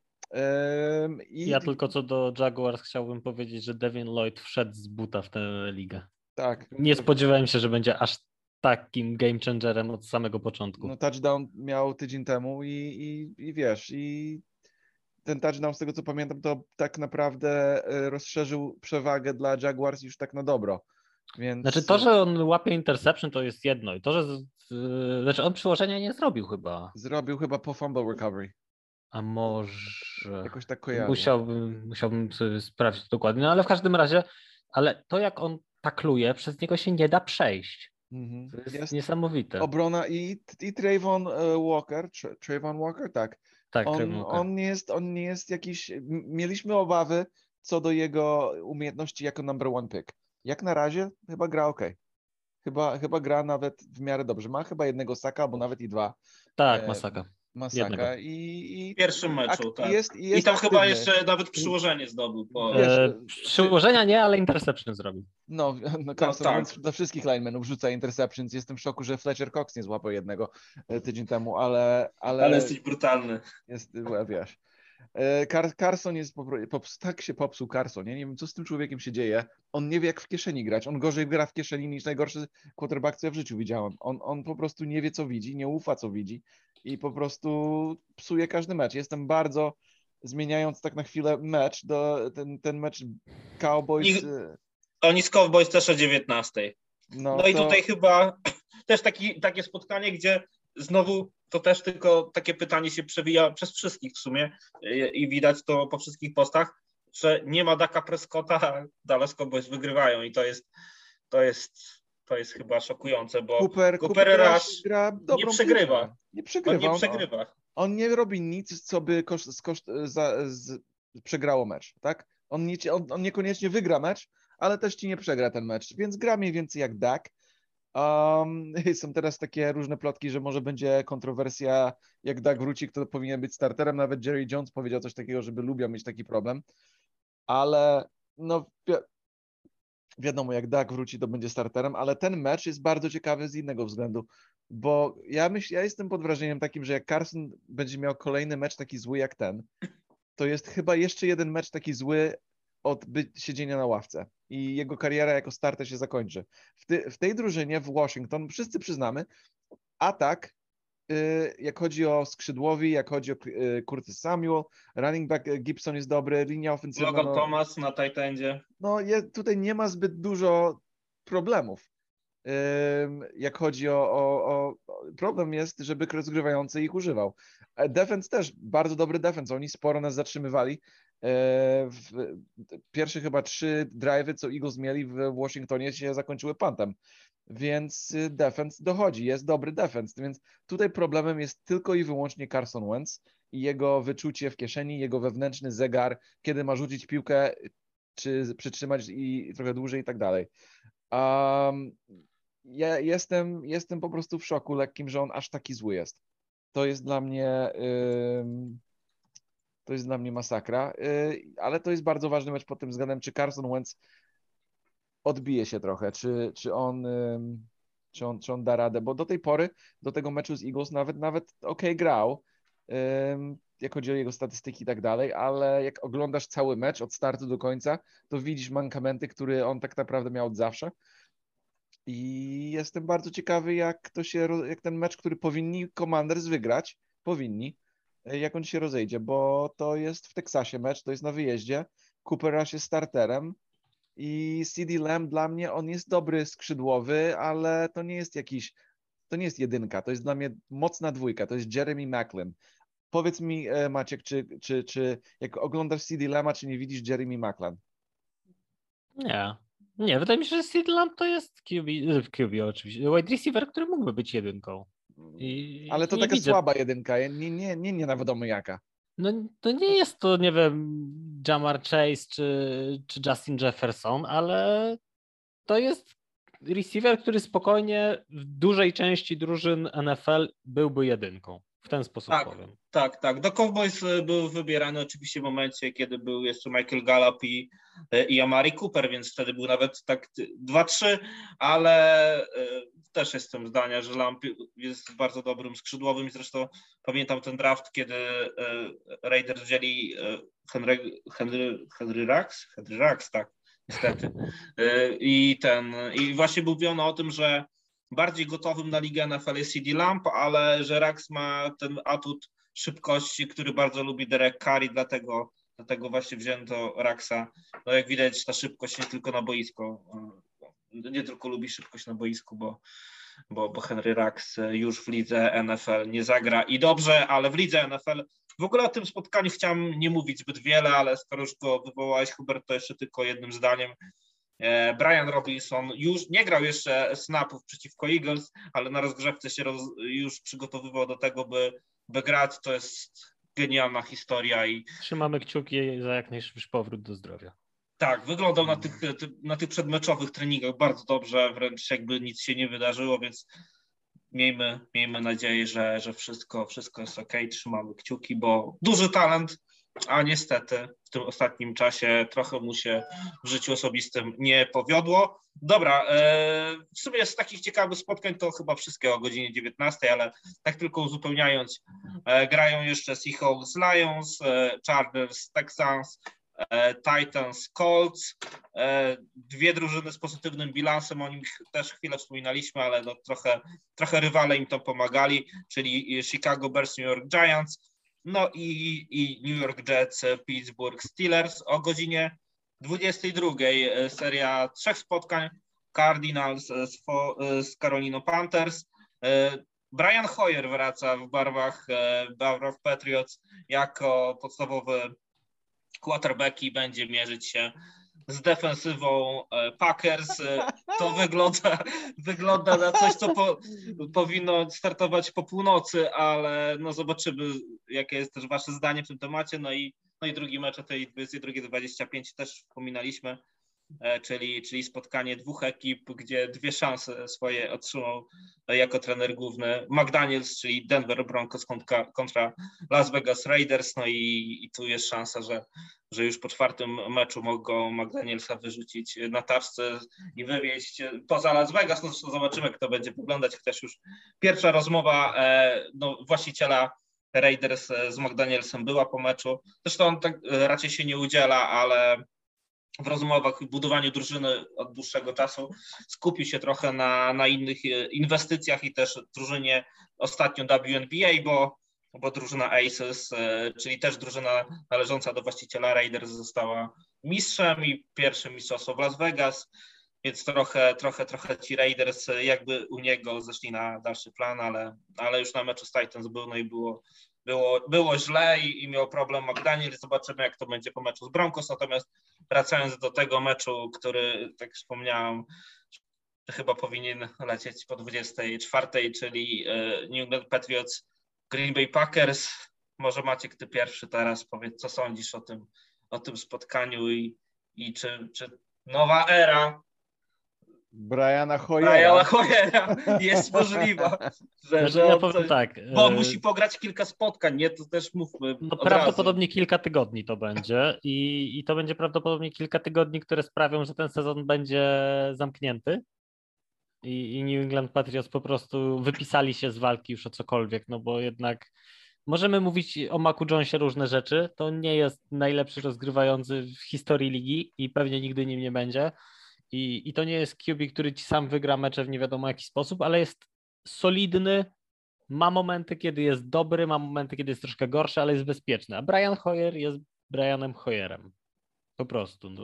I... Ja tylko co do Jaguars chciałbym powiedzieć, że Devin Lloyd wszedł z buta w tę ligę. Tak. Nie spodziewałem się, że będzie aż takim game changerem od samego początku. No touchdown miał tydzień temu i, i, i wiesz, i ten touchdown, z tego co pamiętam, to tak naprawdę rozszerzył przewagę dla Jaguars już tak na dobro. Więc... Znaczy to, że on łapie interception, to jest jedno. I to, że z... znaczy on przyłożenia nie zrobił chyba. Zrobił chyba po fumble recovery. A może... Jakoś tak kojarzę. Musiałbym, musiałbym sobie sprawdzić dokładnie, no ale w każdym razie, ale to jak on takluje, przez niego się nie da przejść. Mhm. To jest, jest niesamowite. Obrona i, i Trayvon Walker, Trayvon Walker, tak. Tak, on, Walker. on nie jest, on nie jest jakiś, mieliśmy obawy co do jego umiejętności jako number one pick. Jak na razie chyba gra ok. Chyba, chyba gra nawet w miarę dobrze. Ma chyba jednego saka, albo nawet i dwa. Tak, ma saka. Masakra i, i W pierwszym meczu, ak- tak. Jest, I jest tam chyba aktywny. jeszcze nawet przyłożenie zdobył. Po... Wiesz, E, przyłożenia nie, ale interception zrobił. No, no Carson tak. Wentz dla wszystkich linemenów rzuca interceptions. Jestem w szoku, że Fletcher Cox nie złapał jednego e, tydzień temu, ale... Ale, Ale jesteś brutalny. jest, well, wiesz. E, Car- Carson jest po, pro- pops, tak się popsuł Carson. Ja nie wiem, co z tym człowiekiem się dzieje. On nie wie, jak w kieszeni grać. On gorzej gra w kieszeni niż najgorszy quarterback, co ja w życiu widziałem. On, on po prostu nie wie, co widzi, nie ufa, co widzi i po prostu psuje każdy mecz. Jestem bardzo, zmieniając tak na chwilę mecz, do, ten, ten mecz Cowboys... I... Oni z Cowboys też o dziewiętnastej. No, No i to... tutaj chyba też taki, takie spotkanie, gdzie znowu to też tylko takie pytanie się przewija przez wszystkich w sumie i widać to po wszystkich postach, że nie ma Daka Prescotta, a Dallas Cowboys wygrywają i to jest to jest, to jest chyba szokujące, bo Cooper, Cooper, Cooper Rush gra dobrą nie przegrywa. piłkę. Nie przegrywa. On nie On, przegrywa. on nie robi nic, co by koszt, z koszt, za, z, przegrało mecz, tak? On, nie, on, on niekoniecznie wygra mecz, ale też ci nie przegra ten mecz, więc gra mniej więcej jak Dak. Um, są teraz takie różne plotki, że może będzie kontrowersja, jak Dak wróci, kto powinien być starterem. Nawet Jerry Jones powiedział coś takiego, żeby lubią mieć taki problem, ale no wi wiadomo, jak Dak wróci, to będzie starterem, ale ten mecz jest bardzo ciekawy z innego względu, bo ja myślę, ja jestem pod wrażeniem takim, że jak Carson będzie miał kolejny mecz taki zły jak ten, to jest chyba jeszcze jeden mecz taki zły od siedzenia na ławce i jego kariera jako starter się zakończy. W, ty, w tej drużynie w Washington, wszyscy przyznamy, atak, y, jak chodzi o skrzydłowi, jak chodzi o y, Curtis Samuel, running back Gibson jest dobry, linia ofensywna. Logan no, Thomas na tight endzie. No je, tutaj nie ma zbyt dużo problemów. Y, jak chodzi o, o, o... Problem jest, żeby rozgrywający ich używał. Defense też, bardzo dobry defense. Oni sporo nas zatrzymywali. W pierwsze chyba trzy drive'y, co Eagles mieli w Washingtonie, się zakończyły puntem, więc defense dochodzi, jest dobry defense, więc tutaj problemem jest tylko i wyłącznie Carson Wentz i jego wyczucie w kieszeni, jego wewnętrzny zegar, kiedy ma rzucić piłkę, czy przytrzymać i trochę dłużej i tak dalej. Um, ja jestem, jestem po prostu w szoku lekkim, że on aż taki zły jest. To jest dla mnie... Um, To jest dla mnie masakra, ale to jest bardzo ważny mecz pod tym względem, czy Carson Wentz odbije się trochę, czy, czy, on, czy, on, czy on da radę, bo do tej pory, do tego meczu z Eagles nawet, nawet ok grał, jak chodzi o jego statystyki i tak dalej, ale jak oglądasz cały mecz od startu do końca, to widzisz mankamenty, które on tak naprawdę miał od zawsze. I jestem bardzo ciekawy, jak to się, jak ten mecz, który powinni Commanders wygrać, powinni, jak on się rozejdzie, bo to jest w Teksasie mecz, to jest na wyjeździe, Cooper Rush jest starterem i C D Lamb dla mnie, on jest dobry skrzydłowy, ale to nie jest jakiś, to nie jest jedynka, to jest dla mnie mocna dwójka, to jest Jeremy Maclin. Powiedz mi, Maciek, czy, czy, czy jak oglądasz C D Lamba, czy nie widzisz Jeremy Maclin? Nie, nie, wydaje mi się, że C D Lamb to jest Q B, Q B oczywiście, wide receiver, który mógłby być jedynką. I, ale to nie taka widzę. słaba jedynka, nie, nie, nie, nie na wiadomo jaka. No to nie jest to, nie wiem, Jamar Chase czy, czy Justin Jefferson, ale to jest receiver, który spokojnie w dużej części drużyn N F L byłby jedynką. W ten sposób tak, powiem. Tak, tak. Do Cowboys był wybierany oczywiście w momencie, kiedy był jeszcze Michael Gallup i, i Amari Cooper, więc wtedy był nawet tak dwa trzy, ale też jestem zdania, że Lamb jest bardzo dobrym skrzydłowym i zresztą pamiętam ten draft, kiedy Raiders wzięli Henry, Henry, Henry Ruggs, Henry Ruggs, tak, niestety. I ten, i właśnie mówiono o tym, że bardziej gotowym na ligę N F L jest C D Lamb, ale że Ruggs ma ten atut szybkości, który bardzo lubi Derek Carr, dlatego, dlatego właśnie wzięto Ruggsa. No jak widać, ta szybkość nie tylko na boisko, nie tylko lubi szybkość na boisku, bo, bo, bo Henry Ruggs już w lidze N F L nie zagra i dobrze, ale w lidze N F L w ogóle o tym spotkaniu chciałem nie mówić zbyt wiele, ale skoro już go wywołałeś, Hubert, to jeszcze tylko jednym zdaniem. Brian Robinson już nie grał jeszcze snapów przeciwko Eagles, ale na rozgrzewce się roz, już przygotowywał do tego, by, by grać. To jest genialna historia. I trzymamy kciuki za jak najszybszy powrót do zdrowia. Tak, wyglądał na tych, na tych przedmeczowych treningach bardzo dobrze, wręcz jakby nic się nie wydarzyło, więc miejmy, miejmy nadzieję, że, że wszystko, wszystko jest ok, trzymamy kciuki, bo duży talent, a niestety w tym ostatnim czasie trochę mu się w życiu osobistym nie powiodło. Dobra, w sumie z takich ciekawych spotkań to chyba wszystkie o godzinie dziewiętnastej, ale tak tylko uzupełniając, grają jeszcze Seahawks, Lions, Chargers, Texans, Titans, Colts, dwie drużyny z pozytywnym bilansem, o nich też chwilę wspominaliśmy, ale no trochę, trochę rywale im tam pomagali, czyli Chicago Bears, New York Giants, no i, i New York Jets, Pittsburgh Steelers. O godzinie dwudziestej drugiej seria trzech spotkań, Cardinals z, z Carolina Panthers. Brian Hoyer wraca w barwach, barwach Patriots jako podstawowy quarterback i będzie mierzyć się z defensywą Packers. To wygląda, wygląda na coś, co po, powinno startować po północy, ale no zobaczymy, jakie jest też wasze zdanie w tym temacie. No i, no i drugi mecz o tej dwudziestej drugiej dwadzieścia pięć też wspominaliśmy, czyli, czyli spotkanie dwóch ekip, gdzie dwie szanse swoje otrzymał jako trener główny McDaniels, czyli Denver Broncos kontra, kontra Las Vegas Raiders. No i, i tu jest szansa, że, że już po czwartym meczu mogą McDanielsa wyrzucić na taczce i wywieźć poza Las Vegas. No zresztą zobaczymy, jak to będzie wyglądać. Też już pierwsza rozmowa no, właściciela Raiders z McDanielsem była po meczu. Zresztą on tak raczej się nie udziela, ale w rozmowach i budowaniu drużyny od dłuższego czasu skupił się trochę na, na innych inwestycjach i też drużynie ostatnio W N B A, bo, bo drużyna Aces, czyli też drużyna należąca do właściciela Raiders, została mistrzem i pierwszym mistrzostwo w Las Vegas, więc trochę, trochę, trochę ci Raiders jakby u niego zeszli na dalszy plan, ale, ale już na meczu z Titans był, no i było Było, było źle i, i miał problem McDaniel. Zobaczymy, jak to będzie po meczu z Broncos. Natomiast wracając do tego meczu, który, tak wspomniałem, chyba powinien lecieć po dwudziestej czwartej, czyli New England Patriots, Green Bay Packers. Może Maciek, ty pierwszy teraz powiedz, co sądzisz o tym, o tym spotkaniu i, i czy, czy nowa era Briana Hoyera. Briana Hoyera jest możliwa, że, Znaczy, że ja on powiem coś, tak, bo on e, musi pograć kilka spotkań, nie? To też mówmy No od prawdopodobnie razu. kilka tygodni to będzie i, i to będzie prawdopodobnie kilka tygodni, które sprawią, że ten sezon będzie zamknięty i, i New England Patriots po prostu wypisali się z walki już o cokolwiek, no bo jednak możemy mówić o Macu Jonesie różne rzeczy, to nie jest najlepszy rozgrywający w historii ligi i pewnie nigdy nim nie będzie i, i to nie jest Q B, który ci sam wygra mecze w nie wiadomo jaki sposób, ale jest solidny, ma momenty, kiedy jest dobry, ma momenty, kiedy jest troszkę gorszy, ale jest bezpieczny. A Brian Hoyer jest Brianem Hoyerem. Po prostu. No.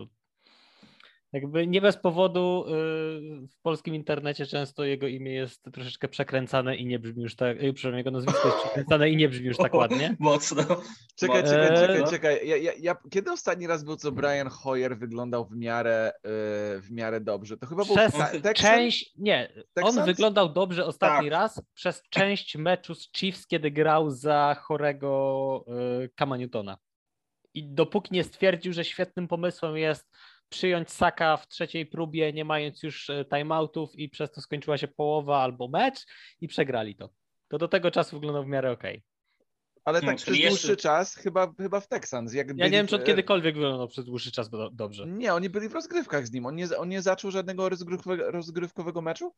Jakby nie bez powodu yy, w polskim internecie często jego imię jest troszeczkę przekręcane i nie brzmi już tak, yy, przepraszam, jego nazwisko jest przekręcane i nie brzmi już tak ładnie. O, mocno. Czekaj, mocno. czekaj, czekaj, No. czekaj. Ja, ja, ja, kiedy ostatni raz był, co Brian Hoyer wyglądał w miarę, yy, w miarę dobrze? To chyba Przez był te- Texans? część, nie, Texans? on wyglądał dobrze ostatni Tak. raz przez część meczu z Chiefs, kiedy grał za chorego yy, Cama Newtona. I dopóki nie stwierdził, że świetnym pomysłem jest przyjąć saka w trzeciej próbie, nie mając już timeoutów i przez to skończyła się połowa albo mecz i przegrali to. To do tego czasu wyglądał w miarę okej. Ale No, tak czyli przez dłuższy jeszcze- czas, chyba, chyba w Texans. Jak Ja byli nie wiem, w- czy on kiedykolwiek wyglądał przez dłuższy czas do, dobrze. Nie, oni byli w rozgrywkach z nim. On nie, on nie zaczął żadnego rozgrywkowego, rozgrywkowego meczu?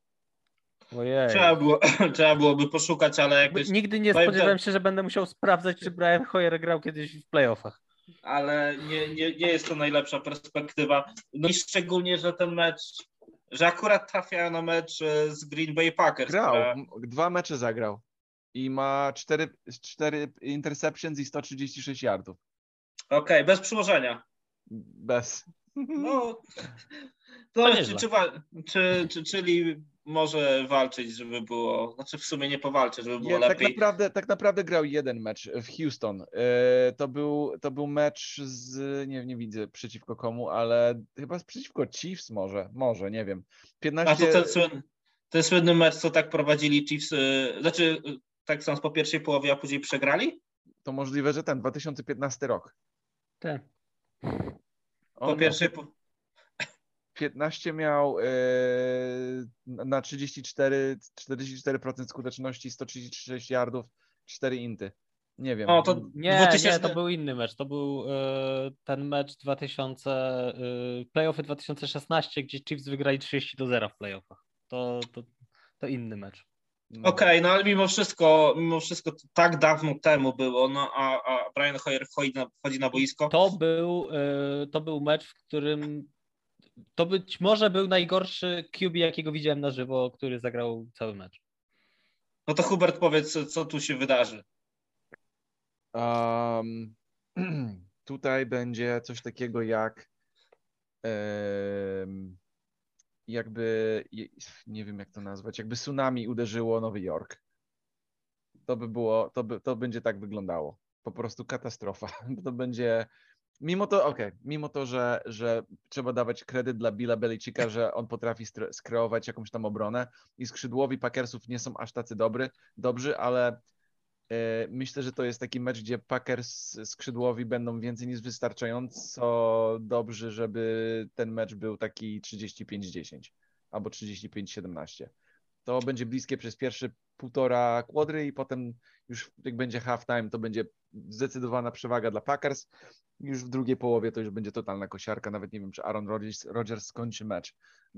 Ojej. Trzeba, było, trzeba byłoby poszukać, ale jakoś... Nigdy nie powiem spodziewałem tak, się, że będę musiał sprawdzać, czy Brian Hoyer grał kiedyś w playoffach. Ale nie, nie, nie jest to najlepsza perspektywa. No i szczególnie, że ten mecz, że akurat trafia na mecz z Green Bay Packers. Grał, Która... m- dwa mecze zagrał. I ma cztery, cztery interceptions i sto trzydzieści sześć yardów. Okej, okay, bez przyłożenia. Bez. No, To to, nieźle. czy, czy, wa- czy, czy, czyli może walczyć, żeby było, znaczy w sumie nie powalczy, żeby było Je, tak, lepiej. naprawdę, tak naprawdę grał jeden mecz w Houston. E, to, był, to był mecz z, nie, nie widzę przeciwko komu, ale chyba przeciwko Chiefs może, może, nie wiem. A to piętnaście ten, słyn, ten słynny mecz, co tak prowadzili Chiefs, y, znaczy y, tak samo po pierwszej połowie, a później przegrali? To możliwe, że ten, dwa tysiące piętnasty rok. Tak. O, Po no. pierwszej po... piętnaście miał e, na trzydzieści cztery, czterdzieści cztery procent skuteczności, sto trzydzieści sześć yardów, cztery inty. Nie wiem. O, to Nie, dwutysięczny... nie, to był inny mecz. To był e, ten mecz dwa tysiące, e, playoffy dwa tysiące szesnaście, gdzie Chiefs wygrali trzydzieści do zera w playoffach. To, to, to inny mecz. No. Okej, okay, no ale mimo wszystko, mimo wszystko to tak dawno temu było, no a, a Brian Hoyer wchodzi na, wchodzi na boisko. To był, e, to był mecz, w którym to być może był najgorszy Q B, jakiego widziałem na żywo, który zagrał cały mecz. No to Hubert, powiedz, co tu się wydarzy. Um, tutaj będzie coś takiego jak um, jakby, nie wiem jak to nazwać, jakby tsunami uderzyło Nowy Jork. To by było, to, by, to będzie tak wyglądało. Po prostu katastrofa. To będzie, mimo to, okej, okay, mimo to, że, że trzeba dawać kredyt dla Billa Belichicka, że on potrafi skreować jakąś tam obronę i skrzydłowi Packersów nie są aż tacy dobry, dobrzy, ale myślę, że to jest taki mecz, gdzie Packers skrzydłowi będą więcej niż wystarczająco dobrzy, żeby ten mecz był taki trzydzieści pięć dziesięć albo trzydzieści pięć siedemnaście. To będzie bliskie przez pierwsze półtora kwadry i potem już jak będzie halftime, to będzie zdecydowana przewaga dla Packers. Już w drugiej połowie to już będzie totalna kosiarka. Nawet nie wiem, czy Aaron Rodgers, Rodgers skończy mecz,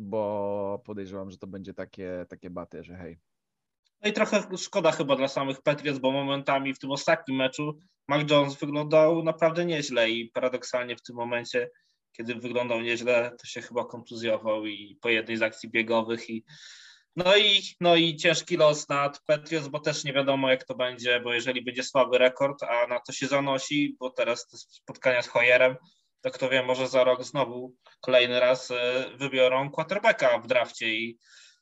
bo podejrzewam, że to będzie takie, takie baty, że hej. No i trochę szkoda chyba dla samych Patriots, bo momentami w tym ostatnim meczu Mac Jones wyglądał naprawdę nieźle i paradoksalnie w tym momencie, kiedy wyglądał nieźle, to się chyba kontuzjował i po jednej z akcji biegowych i no i, no i ciężki los nad Patriots, bo też nie wiadomo jak to będzie, bo jeżeli będzie słaby rekord, a na to się zanosi, bo teraz te spotkania z Hoyerem, to kto wie, może za rok znowu kolejny raz wybiorą quarterbacka w drafcie i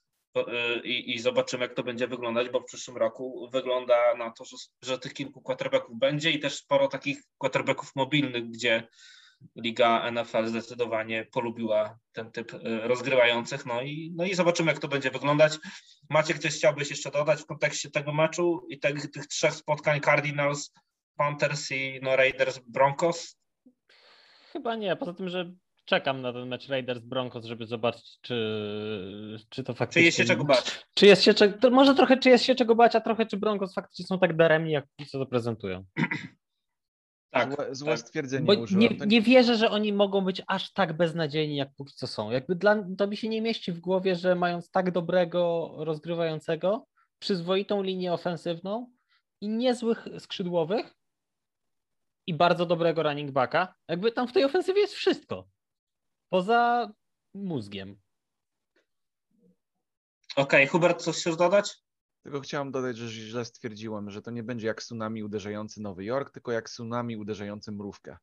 I, i zobaczymy, jak to będzie wyglądać, bo w przyszłym roku wygląda na to, że, że tych kilku quarterbacków będzie i też sporo takich quarterbacków mobilnych, gdzie Liga N F L zdecydowanie polubiła ten typ rozgrywających. No i, no i zobaczymy, jak to będzie wyglądać. Maciek, coś chciałbyś jeszcze dodać w kontekście tego meczu i tych, tych trzech spotkań Cardinals, Panthers i no Raiders Broncos? Chyba nie, poza tym, że czekam na ten mecz Raiders-Broncos, żeby zobaczyć, czy, czy to faktycznie... Czy jest się czego bać? Czy jest się czego... To może trochę, czy jest się czego bać, a trochę, czy Broncos faktycznie są tak daremni, jak co to prezentują. Tak, złe, złe tak. stwierdzenie Bo użyłem. nie, nie wierzę, że oni mogą być aż tak beznadziejni, jak póki co są. Jakby dla, to mi się nie mieści w głowie, że mając tak dobrego rozgrywającego, przyzwoitą linię ofensywną i niezłych skrzydłowych i bardzo dobrego running backa, jakby tam w tej ofensywie jest wszystko. Poza mózgiem. Okej, okay, Hubert, coś chcesz dodać? Tylko chciałem dodać, że źle stwierdziłem, że to nie będzie jak tsunami uderzający Nowy Jork, tylko jak tsunami uderzający mrówkę.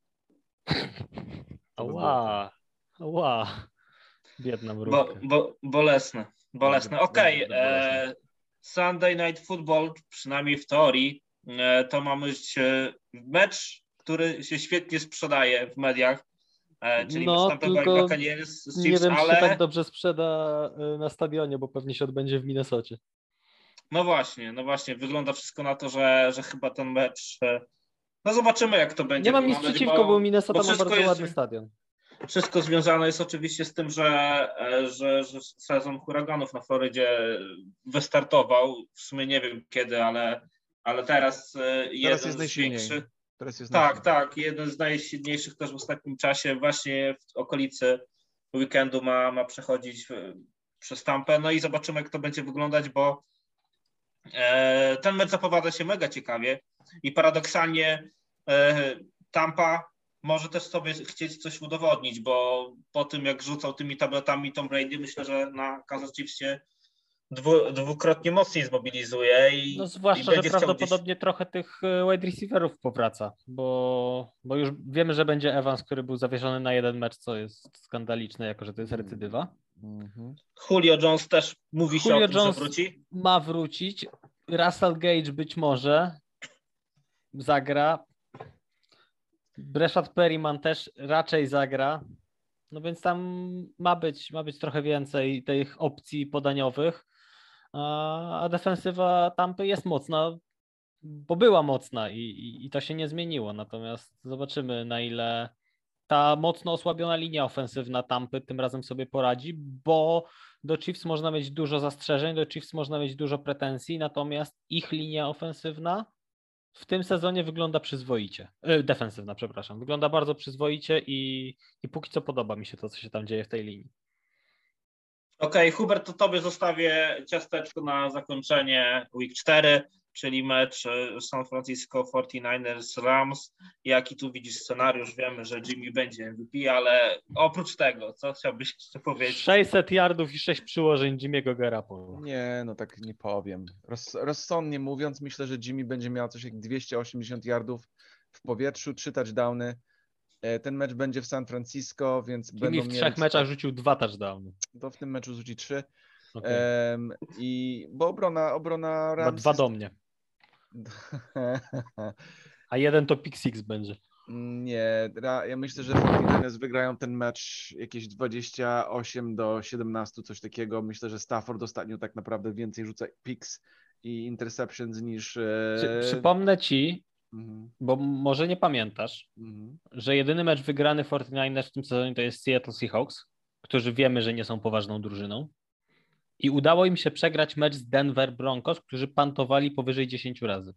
Ała, ała. Biedna mrówka. Bo, bo, bolesne, bolesne. Okej, okay. e, Sunday Night Football, przynajmniej w teorii, e, to ma być e, mecz, który się świetnie sprzedaje w mediach. Czyli no, Tampa Bay Buccaneers z Chiefs, nie wiem, ale... czy tak dobrze sprzeda na stadionie, bo pewnie się odbędzie w Minnesocie. No właśnie, no właśnie, wygląda wszystko na to, że, że chyba ten mecz... No zobaczymy, jak to będzie. Nie mam nic przeciwko, bo, bo Minnesota bo ma bardzo jest, ładny stadion. Wszystko związane jest oczywiście z tym, że, że, że sezon huraganów na Florydzie wystartował. W sumie nie wiem kiedy, ale, ale teraz, teraz jeden z większych... Tak, tak. Jeden z najsilniejszych też w ostatnim czasie właśnie w okolicy weekendu ma, ma przechodzić przez Tampę. No i zobaczymy, jak to będzie wyglądać, bo e, ten mecz zapowiada się mega ciekawie i paradoksalnie e, Tampa może też sobie chcieć coś udowodnić, bo po tym, jak rzucał tymi tabletami Tom Brady, myślę, że na Kansas Chiefs się Dwu, dwukrotnie mocniej zmobilizuje. I, no zwłaszcza, i że prawdopodobnie gdzieś... trochę tych wide receiverów powraca, bo, bo już wiemy, że będzie Evans, który był zawieszony na jeden mecz, co jest skandaliczne, jako że to jest recydywa. Mm-hmm. Julio Jones też mówi Julio się o tym, Jones że wróci. Ma wrócić. Russell Gage być może zagra. Breshad Perryman też raczej zagra. No więc tam ma być, ma być trochę więcej tych opcji podaniowych. A defensywa Tampy jest mocna, bo była mocna i, i, i to się nie zmieniło. Natomiast zobaczymy, na ile ta mocno osłabiona linia ofensywna Tampy tym razem sobie poradzi, bo do Chiefs można mieć dużo zastrzeżeń, do Chiefs można mieć dużo pretensji, natomiast ich linia ofensywna w tym sezonie wygląda przyzwoicie. Yy, defensywna, przepraszam. Wygląda bardzo przyzwoicie i, i póki co podoba mi się to, co się tam dzieje w tej linii. Okej, okay, Hubert, to tobie zostawię ciasteczko na zakończenie Week cztery, czyli mecz San Francisco forty-niners Rams. Jaki tu widzisz scenariusz? Wiemy, że Jimmy będzie M V P, ale oprócz tego, co chciałbyś jeszcze powiedzieć? sześćset yardów i sześć przyłożeń Jimmy'ego Garoppolo. Nie, no tak nie powiem. Roz, rozsądnie mówiąc, myślę, że Jimmy będzie miał coś jak dwieście osiemdziesiąt yardów w powietrzu, trzy touchdowny. Ten mecz będzie w San Francisco, więc Jimmy będą w mieli... trzech meczach rzucił dwa touchdowny. To w tym meczu rzuci trzy. Okay. Um, I bo obrona, obrona Rams dwa jest... do mnie. A jeden to pick six będzie. Nie, ja myślę, że forty-niners wygrają ten mecz jakieś dwadzieścia osiem do siedemnastu, coś takiego. Myślę, że Stafford ostatnio tak naprawdę więcej rzuca picks i interceptions niż... Przy, przypomnę ci, mhm. bo może nie pamiętasz, mhm. że jedyny mecz wygrany forty-niners w tym sezonie to jest Seattle Seahawks, którzy wiemy, że nie są poważną drużyną. I udało im się przegrać mecz z Denver Broncos, którzy pantowali powyżej dziesięć razy.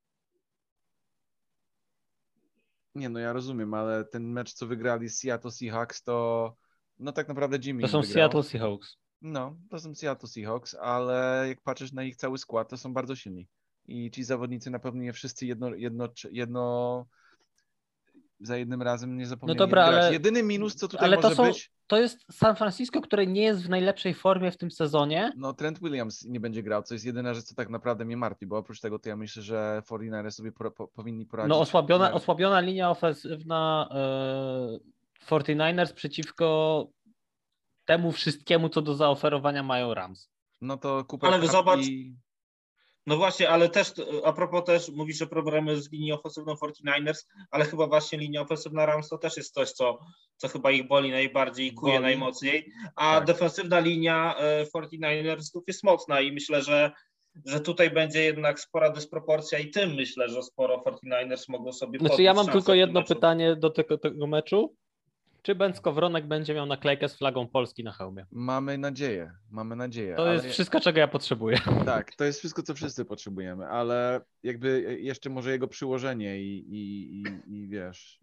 Nie, no ja rozumiem, ale ten mecz, co wygrali z Seattle Seahawks, to no tak naprawdę Jimmy To są wygrał. Seattle Seahawks. No, to są Seattle Seahawks, ale jak patrzysz na ich cały skład, to są bardzo silni. I ci zawodnicy na pewno nie wszyscy jedno, jedno, jedno za jednym razem nie zapomnieli no dobra, grać. ale, Jedyny minus, co tutaj ale może to są, być... to jest San Francisco, które nie jest w najlepszej formie w tym sezonie. No Trent Williams nie będzie grał, co jest jedyna rzecz, co tak naprawdę mnie martwi, bo oprócz tego to ja myślę, że forty-niners sobie po, po, powinni poradzić. No osłabiona, że... osłabiona linia ofensywna yy, forty-niners przeciwko temu wszystkiemu, co do zaoferowania mają Rams. No to Cooper Ale Cup zobacz, i... no właśnie, ale też a propos też mówisz, że problemy z linią ofensywną forty-niners, ale chyba właśnie linia ofensywna Rams to też jest coś, co, co chyba ich boli najbardziej i kuje Boli. najmocniej, a Tak. defensywna linia forty-ninersów jest mocna i myślę, że, że tutaj będzie jednak spora dysproporcja i tym myślę, że sporo forty-niners mogą sobie Znaczy podbić ja mam szansę tylko w tym jedno meczu. pytanie do tego, tego meczu. Czy Ben Skowronek będzie miał naklejkę z flagą Polski na hełmie? Mamy nadzieję, mamy nadzieję. To ale... jest wszystko, czego ja potrzebuję. Tak, to jest wszystko, co wszyscy potrzebujemy, ale jakby jeszcze może jego przyłożenie i, i, i, i wiesz...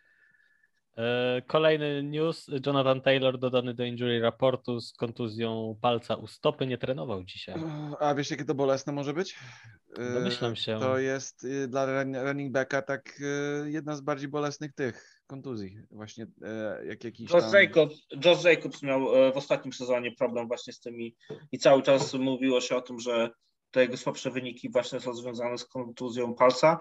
Kolejny news. Jonathan Taylor dodany do injury raportu z kontuzją palca u stopy. Nie trenował dzisiaj. A wiesz, jakie to bolesne może być? Domyślam się. To jest dla running backa tak jedna z bardziej bolesnych tych kontuzji. Właśnie jak jakiś Josh, tam... Jacobs, Josh Jacobs miał w ostatnim sezonie problem właśnie z tymi i cały czas mówiło się o tym, że te jego słabsze wyniki właśnie są związane z kontuzją palca,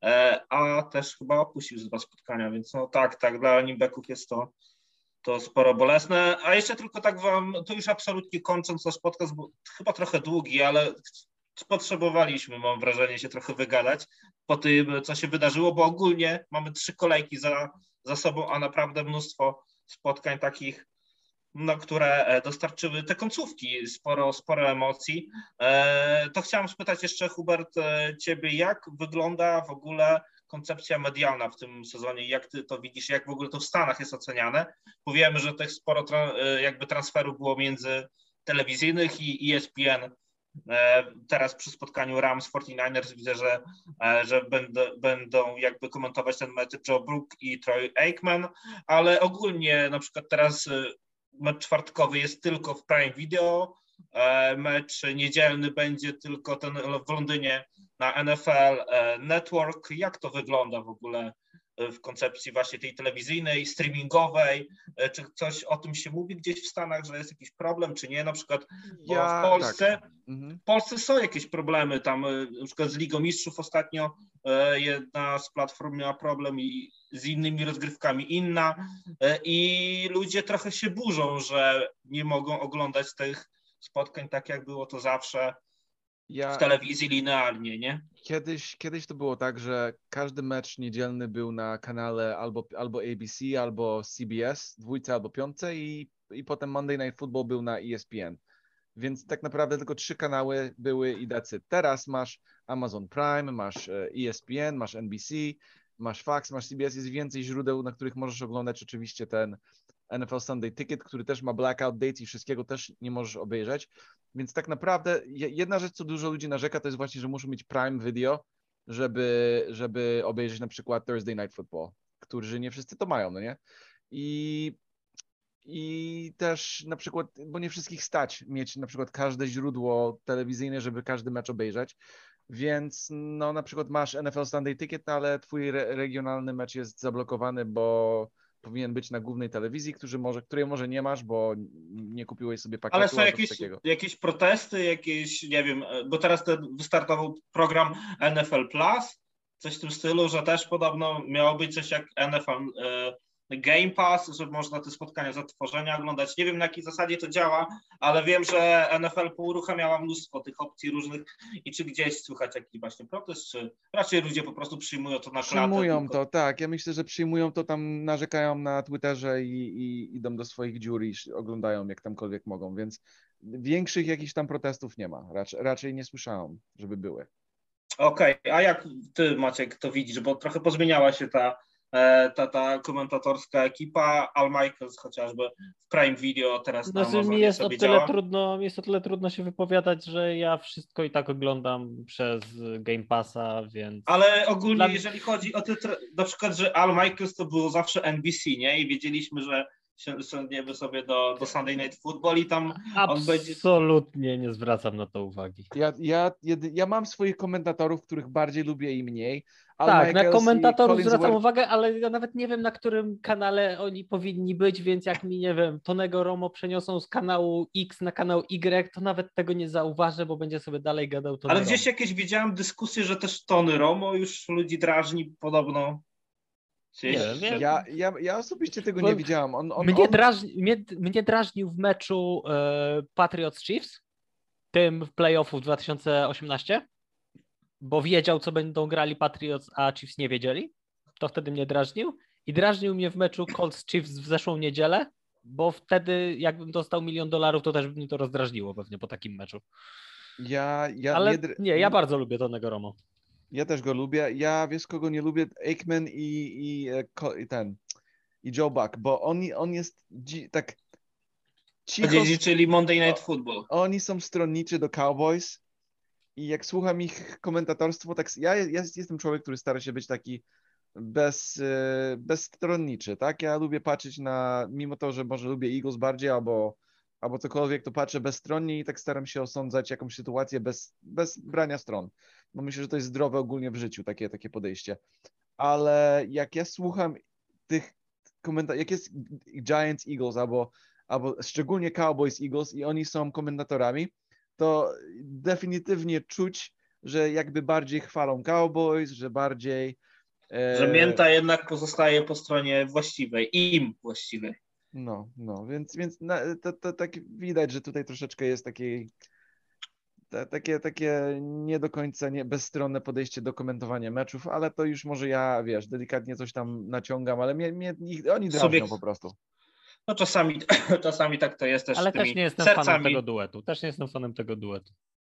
a też chyba opuścił z dwa spotkania, więc no tak, tak, dla running backów jest to, to sporo bolesne. A jeszcze tylko tak wam, to już absolutnie kończąc nasz podcast, bo chyba trochę długi, ale potrzebowaliśmy, mam wrażenie, się trochę wygadać po tym, co się wydarzyło, bo ogólnie mamy trzy kolejki za, za sobą, a naprawdę mnóstwo spotkań takich, no, które dostarczyły te końcówki, sporo, sporo emocji. E, to chciałem spytać jeszcze, Hubert, ciebie, jak wygląda w ogóle koncepcja medialna w tym sezonie? Jak ty to widzisz? Jak w ogóle to w Stanach jest oceniane? Powiemy, że tych sporo tra- jakby transferów było między telewizyjnych i E S P N. E, teraz przy spotkaniu Rams forty-niners widzę, że, e, że będą, będą jakby komentować ten mecz Joe Brook i Troy Aikman, ale ogólnie na przykład teraz mecz czwartkowy jest tylko w Prime Video, mecz niedzielny będzie tylko ten w Londynie na N F L Network. Jak to wygląda w ogóle w koncepcji właśnie tej telewizyjnej, streamingowej? Czy coś o tym się mówi gdzieś w Stanach, że jest jakiś problem, czy nie? Na przykład bo Ja, w Polsce tak. mhm. w Polsce są jakieś problemy, tam na przykład z Ligą Mistrzów ostatnio jedna z platform miała problem i z innymi rozgrywkami inna i ludzie trochę się burzą, że nie mogą oglądać tych spotkań tak, jak było to zawsze ja... w telewizji linearnie, nie? Kiedyś, kiedyś to było tak, że każdy mecz niedzielny był na kanale albo, albo A B C, albo C B S, dwójce albo piątce i, i potem Monday Night Football był na E S P N. Więc tak naprawdę tylko trzy kanały były i that's it. Teraz masz Amazon Prime, masz E S P N, masz N B C masz Fox, masz C B S, jest więcej źródeł, na których możesz oglądać oczywiście ten N F L Sunday Ticket, który też ma blackout dates i wszystkiego też nie możesz obejrzeć. Więc tak naprawdę jedna rzecz, co dużo ludzi narzeka, to jest właśnie, że muszą mieć Prime Video, żeby, żeby obejrzeć na przykład Thursday Night Football, którzy nie wszyscy to mają, no nie? I, I też na przykład, bo nie wszystkich stać mieć na przykład każde źródło telewizyjne, żeby każdy mecz obejrzeć, więc no na przykład masz N F L Sunday Ticket, ale twój re- regionalny mecz jest zablokowany, bo powinien być na głównej telewizji, którzy może, której może nie masz, bo nie kupiłeś sobie pakietu. Ale są albo jakieś, coś takiego. jakieś protesty, jakieś, nie wiem, bo teraz ten wystartował program N F L Plus, coś w tym stylu, że też podobno miało być coś jak N F L e, Game Pass, że można te spotkania z odtworzenia oglądać. Nie wiem, na jakiej zasadzie to działa, ale wiem, że N F L pouruchamiała mnóstwo tych opcji różnych i czy gdzieś słychać jakiś właśnie protest, czy raczej ludzie po prostu przyjmują to na klatę. Przyjmują tylko... to, tak. Ja myślę, że przyjmują to, tam narzekają na Twitterze i, i idą do swoich dziur i oglądają jak tamkolwiek mogą, więc większych jakichś tam protestów nie ma. Raczej, raczej nie słyszałem, żeby były. Okej, okay. A jak ty, Maciek, to widzisz? Bo trochę pozmieniała się ta Ta, ta komentatorska ekipa, Al Michaels chociażby w Prime Video teraz na znaczy, Amazonie mi jest o sobie tyle działa. trudno, mi jest o tyle trudno się wypowiadać, że ja wszystko i tak oglądam przez Game Passa, więc... Ale ogólnie Dla... jeżeli chodzi o te, na przykład, że Al Michaels to było zawsze N B C, nie? I wiedzieliśmy, że siądziemy sobie do, do Sunday Night Football i tam on będzie... Absolutnie nie zwracam na to uwagi. Ja, ja, jedy, ja mam swoich komentatorów, których bardziej lubię i mniej. Al tak, Michaels na komentatorów zwracam Collinsworth... uwagę, ale ja nawet nie wiem, na którym kanale oni powinni być, więc jak mi, nie wiem, Tonego Romo przeniosą z kanału X na kanał Y, to nawet tego nie zauważę, bo będzie sobie dalej gadał Tony Ale Romo. gdzieś jakieś widziałem dyskusje, że też Tony Romo już ludzi drażni podobno. Nie wiem, ja, ja, ja osobiście tego Bo nie widziałam. On, on, mnie, on... drażni, mnie, mnie drażnił w meczu e, Patriots Chiefs, tym w playoffu dwa tysiące osiemnastym, bo wiedział, co będą grali Patriots, a Chiefs nie wiedzieli. To wtedy mnie drażnił. I drażnił mnie w meczu Colts Chiefs w zeszłą niedzielę, bo wtedy jakbym dostał milion dolarów, to też by mnie to rozdrażniło pewnie po takim meczu. Ja, ja Ale nie, dr... nie, ja bardzo lubię Tonego Romo. Ja też go lubię. Ja wiesz, kogo nie lubię? Aikman i, i, i ten i Joe Buck, bo on, on jest dzi, tak cicho. Czyli Monday Night Football. Oni są stronniczy do Cowboys i jak słucham ich komentatorstwo, tak ja, ja jestem człowiek, który stara się być taki bez, bezstronniczy, tak? Ja lubię patrzeć na, mimo to, że może lubię Eagles bardziej albo, albo cokolwiek, to patrzę bezstronnie i tak staram się osądzać jakąś sytuację bez, bez brania stron. Bo myślę, że to jest zdrowe ogólnie w życiu, takie, takie podejście. Ale jak ja słucham tych komentarzy, jak jest Giants, Eagles, albo, albo szczególnie Cowboys, Eagles i oni są komentatorami, to definitywnie czuć, że jakby bardziej chwalą Cowboys, że bardziej... E... Że mięta jednak pozostaje po stronie właściwej, im właściwej. No, no, więc, więc na, to, to tak widać, że tutaj troszeczkę jest takiej takie, takie nie do końca nie, bezstronne podejście do komentowania meczów, ale to już może ja, wiesz, delikatnie coś tam naciągam, ale mnie, mnie, ich, oni drażnią Sobie... po prostu. No czasami, czasami tak to jest też. Ale też nie jestem sercami. fanem tego duetu. Też nie jestem fanem tego duetu.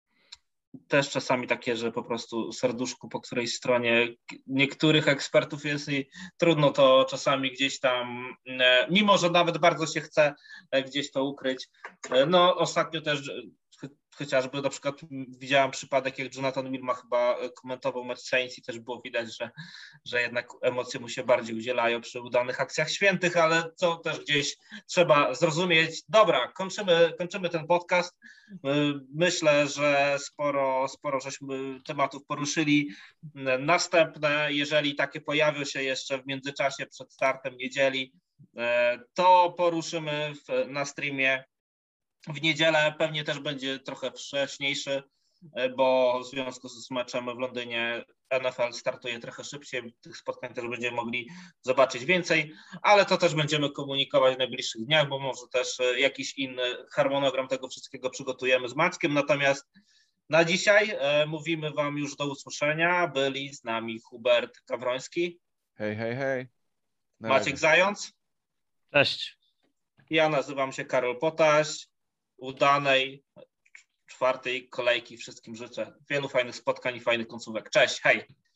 Też czasami takie, że po prostu serduszku po której stronie niektórych ekspertów jest i trudno to czasami gdzieś tam, mimo że nawet bardzo się chce gdzieś to ukryć. No ostatnio też chociażby na przykład widziałem przypadek, jak Jonathan Wilma chyba komentował mecz Saints i też było widać, że, że jednak emocje mu się bardziej udzielają przy udanych akcjach świętych, ale to też gdzieś trzeba zrozumieć. Dobra, kończymy, kończymy ten podcast. Myślę, że sporo, sporo żeśmy tematów poruszyli. Następne, jeżeli takie pojawią się jeszcze w międzyczasie przed startem niedzieli, to poruszymy w, na streamie. W niedzielę pewnie też będzie trochę wcześniejszy, bo w związku z meczem w Londynie N F L startuje trochę szybciej, tych spotkań też będziemy mogli zobaczyć więcej, ale to też będziemy komunikować w najbliższych dniach, bo może też jakiś inny harmonogram tego wszystkiego przygotujemy z Maćkiem, natomiast na dzisiaj mówimy Wam już do usłyszenia. Byli z nami Hubert Gawroński. Hej, hej, hej. Na Maciek razie. Zając. Cześć. Ja nazywam się Karol Potaś. Udanej czwartej kolejki wszystkim życzę. Wielu fajnych spotkań i fajnych końcówek. Cześć, hej!